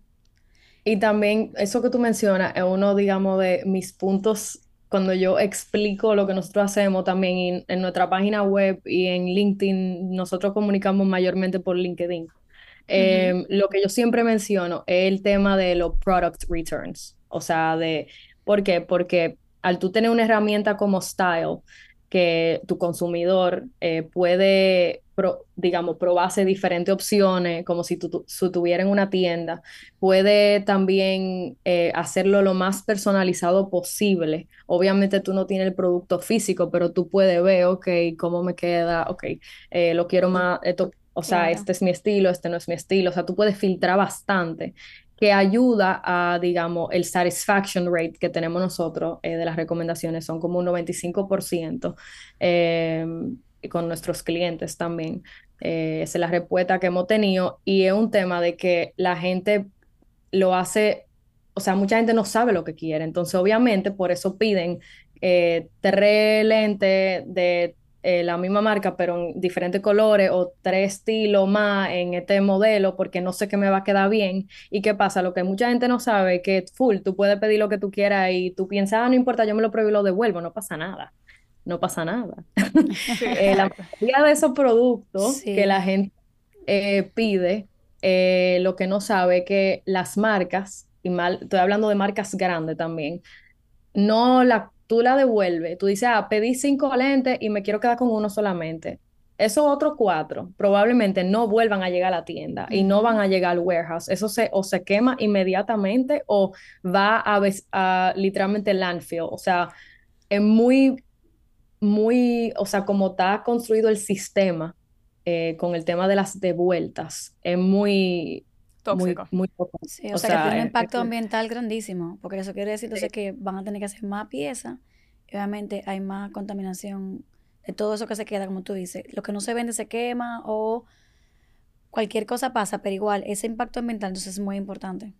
y también eso que tú mencionas es uno, digamos, de mis puntos cuando yo explico lo que nosotros hacemos también en, en nuestra página web y en LinkedIn, nosotros comunicamos mayormente por LinkedIn. Ujú. Eh, lo que yo siempre menciono es el tema de los product returns, o sea, de, ¿por qué? Porque al tú tener una herramienta como Style, que tu consumidor eh, puede pro- digamos, probase diferentes opciones, como si tú, tú- si tuviera en una tienda. Puede también eh, hacerlo lo más personalizado posible. Obviamente tú no tienes el producto físico, pero tú puedes ver, ok, cómo me queda, ok, eh, lo quiero más, esto, o sea, Claro. este es mi estilo, este no es mi estilo. O sea, tú puedes filtrar bastante que ayuda a, digamos, el satisfaction rate que tenemos nosotros eh, de las recomendaciones, son como un noventa y cinco por ciento eh, y con nuestros clientes también. Eh, esa es la respuesta que hemos tenido y es un tema de que la gente lo hace, o sea, mucha gente no sabe lo que quiere, entonces obviamente por eso piden eh, tres lentes de eh, la misma marca, pero en diferentes colores o tres estilos más en este modelo porque no sé qué me va a quedar bien. ¿Y qué pasa? Lo que mucha gente no sabe es que full, tú puedes pedir lo que tú quieras y tú piensas, ah, no importa, yo me lo pruebo y lo devuelvo, no pasa nada, no pasa nada. Sí, Eh, la exacto. mayoría de esos productos que Sí, la gente eh, pide, eh, lo que no sabe es que las marcas, y mal, estoy hablando de marcas grandes también, no la, tú la devuelves, tú dices, ah, pedí cinco lentes y me quiero quedar con uno solamente. Esos otros cuatro probablemente no vuelvan a llegar a la tienda y no van ujú, a llegar al warehouse. Eso se, o se quema inmediatamente o va a, ves- a literalmente landfill. O sea, es muy muy, o sea, como está construido el sistema eh, con el tema de las devueltas, es muy, muy, Tóxico. muy poco. sí, o O sea que tiene sea, un es- es- impacto ambiental grandísimo, porque eso quiere decir sí, entonces que van a tener que hacer más piezas y obviamente hay más contaminación de todo eso que se queda, como tú dices. Lo que no se vende se quema o cualquier cosa pasa, pero igual ese impacto ambiental entonces es muy importante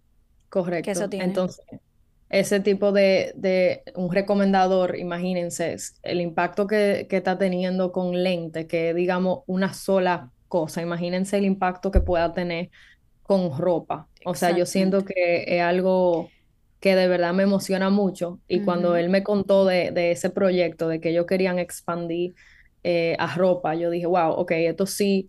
que eso correcto. tiene. Entonces, ese tipo de, de un recomendador, imagínense, es el impacto que, que está teniendo con lente, que digamos una sola cosa, imagínense el impacto que pueda tener con ropa. O sea, yo siento Exactamente. que es algo que de verdad me emociona mucho. Y cuando Ujú, él me contó de, de ese proyecto, de que ellos querían expandir eh, a ropa, yo dije, wow, ok, esto sí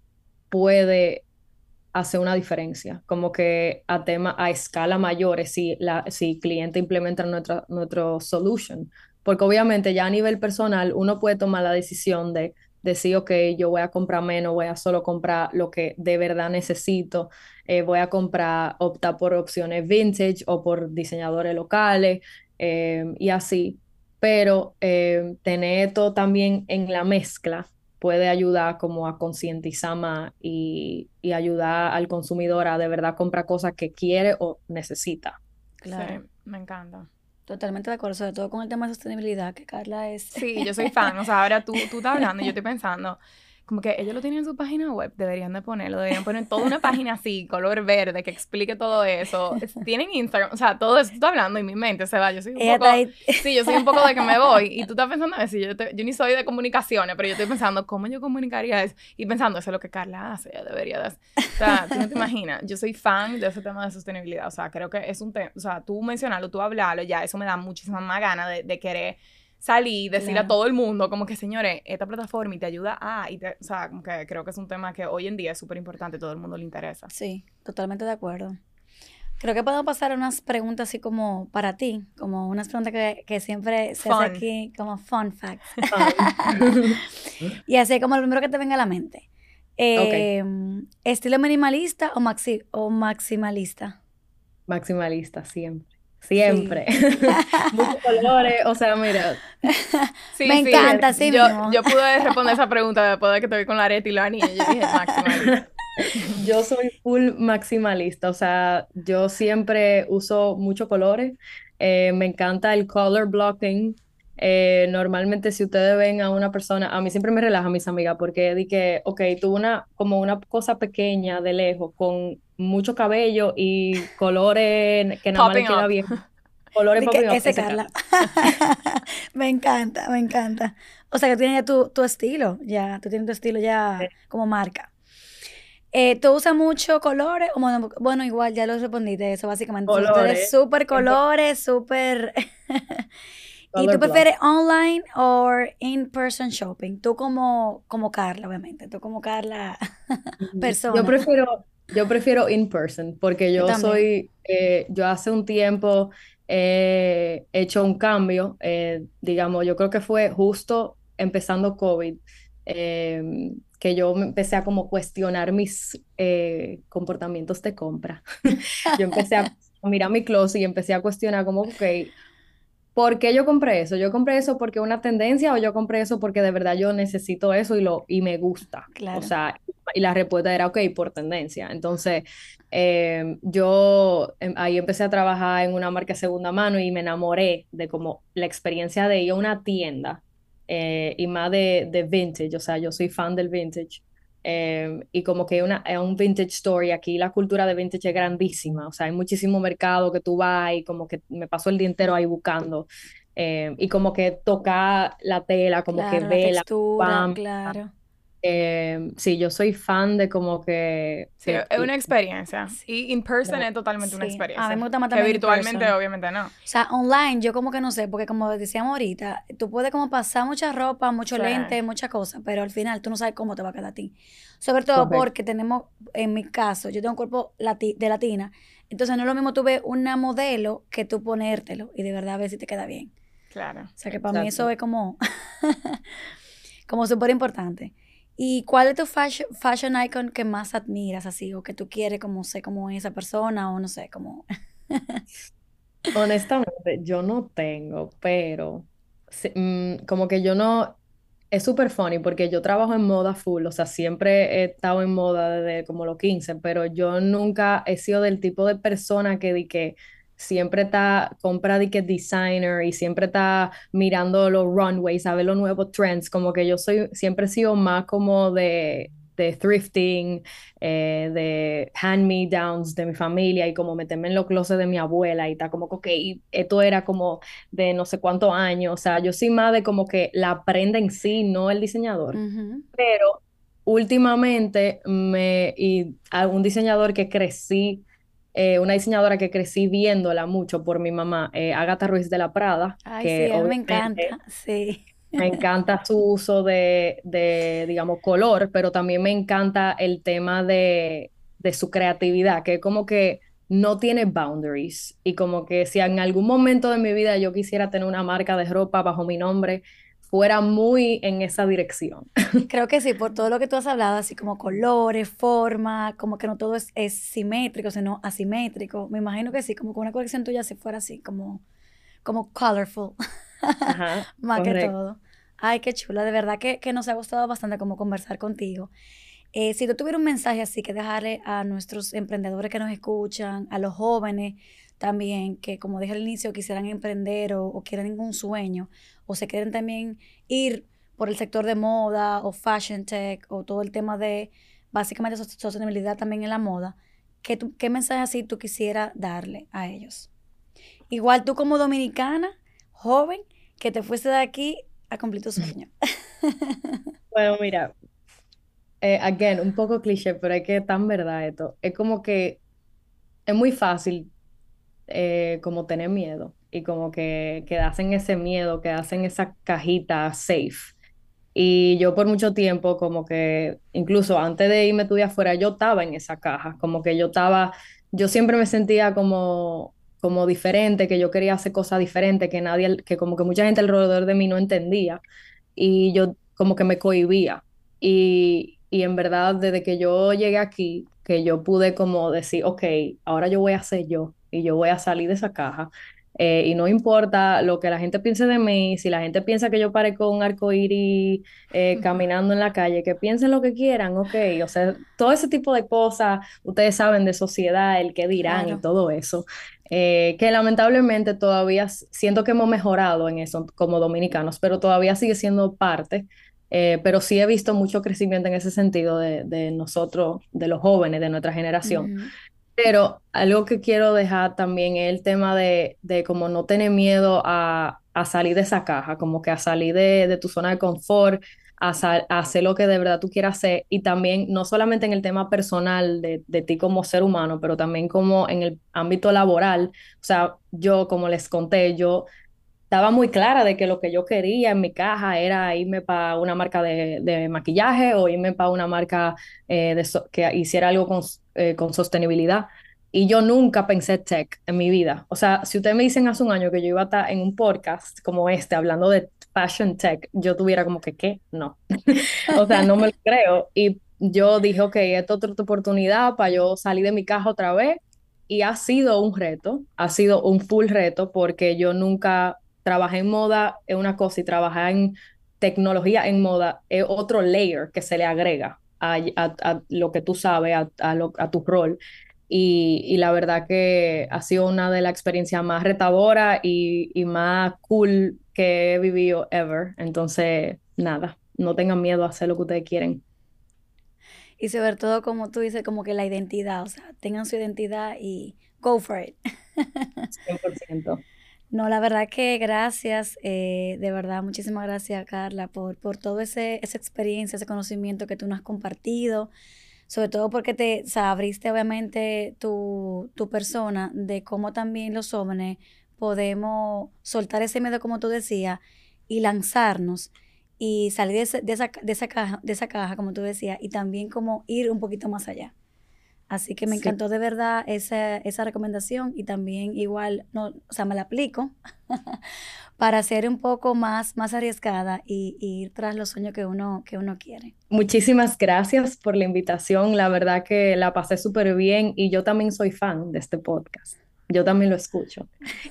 puede hacer una diferencia. Como que a tema, a escala mayores, si la, si cliente implementa nuestra, nuestro solution. Porque obviamente ya a nivel personal uno puede tomar la decisión de decir, ok, yo voy a comprar menos, voy a solo comprar lo que de verdad necesito, eh, voy a comprar, optar por opciones vintage o por diseñadores locales eh, y así. Pero eh, tener esto también en la mezcla puede ayudar como a concientizar más y, y ayudar al consumidor a de verdad comprar cosas que quiere o necesita. Sí, claro, me encanta. totalmente de acuerdo, sobre todo con el tema de sostenibilidad, que Carla es... Sí, yo soy fan. O sea, ahora tú, tú estás hablando y yo estoy pensando, como que ellos lo tienen en su página web, deberían de ponerlo, deberían poner toda una página así, color verde, que explique todo eso. Es- tienen Instagram, o sea, todo eso, tú estás hablando y mi mente se va. Yo soy un Ella está poco, ahí. sí, yo soy un poco de que me voy y tú estás pensando, a ver, si yo, te- yo ni soy de comunicaciones, pero yo estoy pensando, ¿cómo yo comunicaría eso? Y pensando, eso es lo que Carla hace, ella debería de hacer. O sea, tú no te imaginas, yo soy fan de ese tema de sostenibilidad, o sea, creo que es un tema, o sea, tú mencionarlo, tú hablarlo, ya, eso me da muchísima más ganas de, de querer salir, decir a Claro, todo el mundo, como que señores, esta plataforma y te ayuda a, y te, o sea, como que creo que es un tema que hoy en día es súper importante, todo el mundo le interesa. sí, totalmente de acuerdo. Creo que podemos pasar a unas preguntas así como para ti, como unas preguntas que, que siempre se hace Fun. aquí como fun facts. Fun. Y así como lo primero que te venga a la mente. Ok, Eh, ¿estilo minimalista o, maxi o maximalista? maximalista, siempre. Sí. Siempre. Muchos colores, o sea, mira, Me Sí, sí, encanta, así yo, mismo. yo pude responder esa pregunta después de que te vi con la areta y los anillos, yo dije maximalista. yo soy full maximalista, o sea, yo siempre uso muchos colores, eh, me encanta el color blocking. Eh, normalmente si ustedes ven a una persona, a mí siempre me relaja mis amigas porque di que, ok, tuvo una, como una cosa pequeña de lejos con mucho cabello y colores que nada más le Popping queda up. bien, colores De que popping up, ese ese Carla. Carla. Me encanta, me encanta. O sea, que tienes ya tu, tu estilo, ya, tú tienes tu estilo ya como marca. Eh, ¿tú usas mucho colores? O Bueno, bueno, igual ya lo respondiste eso, básicamente. Entonces, tú eres Colores, súper cien por ciento colores, súper... ¿Y tú color block. prefieres online o in-person shopping? Tú como, como Carla, obviamente. Tú como Carla, Ujú. Yo persona. prefiero, yo prefiero in person porque Yo yo también. soy, eh, yo hace un tiempo eh, he hecho un cambio, eh, digamos, yo creo que fue justo empezando COVID, eh, que yo me empecé a como cuestionar mis eh, comportamientos de compra. Yo empecé a mirar mi closet y empecé a cuestionar como, ok, ¿por qué yo compré eso? ¿Yo compré eso porque es una tendencia o yo compré eso porque de verdad yo necesito eso y, lo, y me gusta? O Claro. sea, y la respuesta era, ok, por tendencia. Entonces, eh, yo em, ahí empecé a trabajar en una marca de segunda mano y me enamoré de como la experiencia de ir a una tienda eh, y más de, de vintage. O sea, yo soy fan del vintage. Eh, y como que una, es un vintage story, aquí la cultura de vintage es grandísima, o sea, hay muchísimo mercado que tú vas y como que me paso el día entero ahí buscando, eh, y como que tocar la tela, como que Claro, la vela, textura, pam, claro. eh, sí, yo soy fan de como que, Sí, que es una experiencia. Sí. Y in person de- es totalmente una Sí, a mí me experiencia. gusta más Que también in virtualmente, person. obviamente, no. O sea, online yo como que no sé, porque como decíamos ahorita, tú puedes como pasar mucha ropa, mucho Sí. lente, muchas cosas, pero al final tú no sabes cómo te va a quedar a ti. Sobre todo correcto. porque tenemos, en mi caso, yo tengo un cuerpo lati- de latina, entonces no es lo mismo tú ver una modelo que tú ponértelo y de verdad ver si te queda bien. Claro. O sea que para mí eso Exacto. es como, como súper importante. ¿Y cuál es tu fashion, fashion icon que más admiras así o que tú quieres como ser como esa persona o no sé, como... Honestamente, yo no tengo, pero sí, mm, como que yo no, es súper funny porque yo trabajo en moda full, o sea, siempre he estado en moda desde como los quince, pero yo nunca he sido del tipo de persona que di que siempre está, compra di que designer y siempre está mirando los runways, a ver los nuevos trends, como que yo soy, siempre he sido más como de, de thrifting, eh, de hand-me-downs de mi familia y como meterme en los closets de mi abuela y tal, como que, ok, esto era como de no sé cuántos años, o sea, yo soy más de como que la prenda en sí, no el diseñador, Ujú. pero últimamente me, y a un diseñador que crecí, eh, una diseñadora que crecí viéndola mucho por mi mamá, eh, Agatha Ruiz de la Prada, Ay, que sí, a mí me obviamente encanta, sí. me encanta su uso de, de, digamos, color, pero también me encanta el tema de, de su creatividad, que como que no tiene boundaries. Y como que si en algún momento de mi vida yo quisiera tener una marca de ropa bajo mi nombre, fuera muy en esa dirección. Creo que sí, por todo lo que tú has hablado, así como colores, forma, como que no todo es, es simétrico, sino asimétrico. Me imagino que sí, como que una colección tuya si fuera así, como, como colorful, Ajá, más que correcto. todo. Ay, qué chula, de verdad que, que nos ha gustado bastante como conversar contigo. Eh, si tú tuvieras un mensaje así que dejarle a nuestros emprendedores que nos escuchan, a los jóvenes también, que como dije al inicio, quisieran emprender o, o quieren un sueño, o se quieren también ir por el sector de moda o fashion tech o todo el tema de básicamente sos- sostenibilidad también en la moda, ¿qué, tú- qué mensaje así tú quisieras darle a ellos? Igual tú como dominicana, joven, que te fuiste de aquí a cumplir tu sueño. Bueno, mira, eh, again, un poco cliché, pero es que es tan verdad esto. Es como que es muy fácil eh, como tener miedo y como que quedarse en ese miedo, quedarse en esa cajita safe. Y yo por mucho tiempo, como que incluso antes de irme a estudiar afuera, yo estaba en esa caja, como que yo estaba, yo siempre me sentía como, como diferente, que yo quería hacer cosas diferentes, que nadie, que como que mucha gente alrededor de mí no entendía y yo como que me cohibía. Y, y en verdad, desde que yo llegué aquí, que yo pude como decir, ok, ahora yo voy a ser yo y yo voy a salir de esa caja. Eh, y no importa lo que la gente piense de mí, si la gente piensa que yo parezco un arcoíris eh, caminando en la calle, que piensen lo que quieran, ok. O sea, todo ese tipo de cosas, ustedes saben de sociedad, el qué dirán y Claro. todo eso, eh, que lamentablemente todavía s- siento que hemos mejorado en eso como dominicanos, pero todavía sigue siendo parte. Eh, pero sí he visto mucho crecimiento en ese sentido de, de nosotros, de los jóvenes, de nuestra generación. Ujú. Pero algo que quiero dejar también es el tema de, de como no tener miedo a, a salir de esa caja, como que a salir de, de tu zona de confort, a, sa- a hacer lo que de verdad tú quieras hacer y también no solamente en el tema personal de, de ti como ser humano, pero también como en el ámbito laboral. O sea, yo, como les conté, yo estaba muy clara de que lo que yo quería en mi caja era irme para una marca de, de maquillaje o irme para una marca eh, de so- que hiciera algo con, eh, con sostenibilidad. Y yo nunca pensé tech en mi vida. O sea, si ustedes me dicen hace un año que yo iba a estar en un podcast como este, hablando de fashion tech, yo tuviera como que, ¿qué? No. O sea, no me lo creo. Y yo dije, ok, esta es otra oportunidad para yo salir de mi caja otra vez. Y ha sido un reto, ha sido un full reto porque yo nunca trabajé en moda, es una cosa, y trabajar en tecnología en moda es otro layer que se le agrega a, a, a lo que tú sabes, a, a, lo, a tu rol. Y, y, la verdad que ha sido una de las experiencias más retadoras y, y más cool que he vivido ever. Entonces, nada, no tengan miedo a hacer lo que ustedes quieren. Y sobre todo, como tú dices, como que la identidad, o sea, tengan su identidad y go for it. cien por ciento. No, la verdad que gracias, eh, de verdad, muchísimas gracias, Carla, por, por todo ese, esa experiencia, ese conocimiento que tú nos has compartido, sobre todo porque te o sea, abriste obviamente tu, tu persona de cómo también los jóvenes podemos soltar ese miedo, como tú decías, y lanzarnos y salir de, ese- de esa, de esa caja, de esa caja, como tú decías, y también como ir un poquito más allá. Así que me Sí. encantó de verdad esa, esa recomendación y también igual, no, o sea, me la aplico para ser un poco más, más arriesgada y, y ir tras los sueños que uno, que uno quiere. Muchísimas gracias por la invitación. La verdad que la pasé súper bien y yo también soy fan de este podcast. Yo también lo escucho.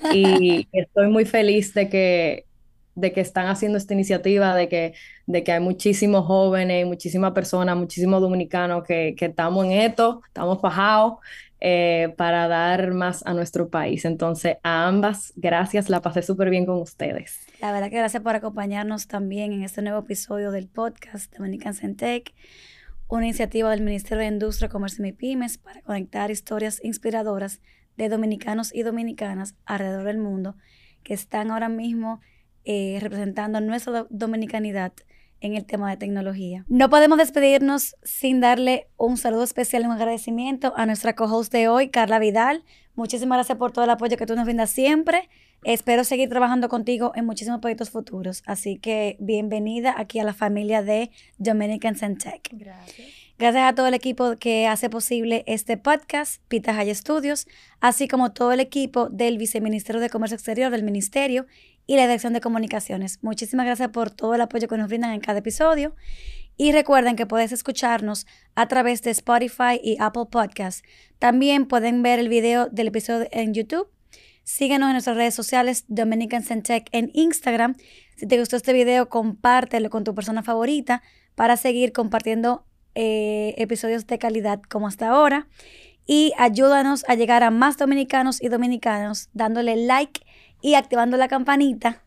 Y estoy muy feliz de que, de que están haciendo esta iniciativa, de que, de que hay muchísimos jóvenes, muchísimas personas, muchísimos dominicanos que, que estamos en esto, estamos fajados eh, para dar más a nuestro país. Entonces, a ambas, gracias. La pasé súper bien con ustedes. La verdad que gracias por acompañarnos también en este nuevo episodio del podcast Dominican Centec, una iniciativa del Ministerio de Industria, Comercio y Pymes para conectar historias inspiradoras de dominicanos y dominicanas alrededor del mundo que están ahora mismo eh, representando nuestra do- dominicanidad en el tema de tecnología. No podemos despedirnos sin darle un saludo especial y un agradecimiento a nuestra co-host de hoy, Carla Vidal. Muchísimas gracias por todo el apoyo que tú nos brindas siempre. Espero seguir trabajando contigo en muchísimos proyectos futuros. Así que bienvenida aquí a la familia de Dominican Centec. Gracias. Gracias a todo el equipo que hace posible este podcast, Pita High Studios, así como todo el equipo del Viceministerio de Comercio Exterior del Ministerio y la Dirección de Comunicaciones. Muchísimas gracias por todo el apoyo que nos brindan en cada episodio. Y recuerden que puedes escucharnos a través de Spotify y Apple Podcasts. También pueden ver el video del episodio en YouTube. Síguenos en nuestras redes sociales, Dominican Centec en Instagram. Si te gustó este video, compártelo con tu persona favorita para seguir compartiendo eh, episodios de calidad como hasta ahora. Y ayúdanos a llegar a más dominicanos y dominicanos dándole like y activando la campanita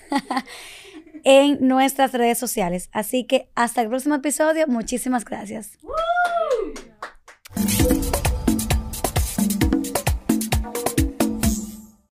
en nuestras redes sociales. Así que hasta el próximo episodio. Muchísimas gracias. ¡Woo!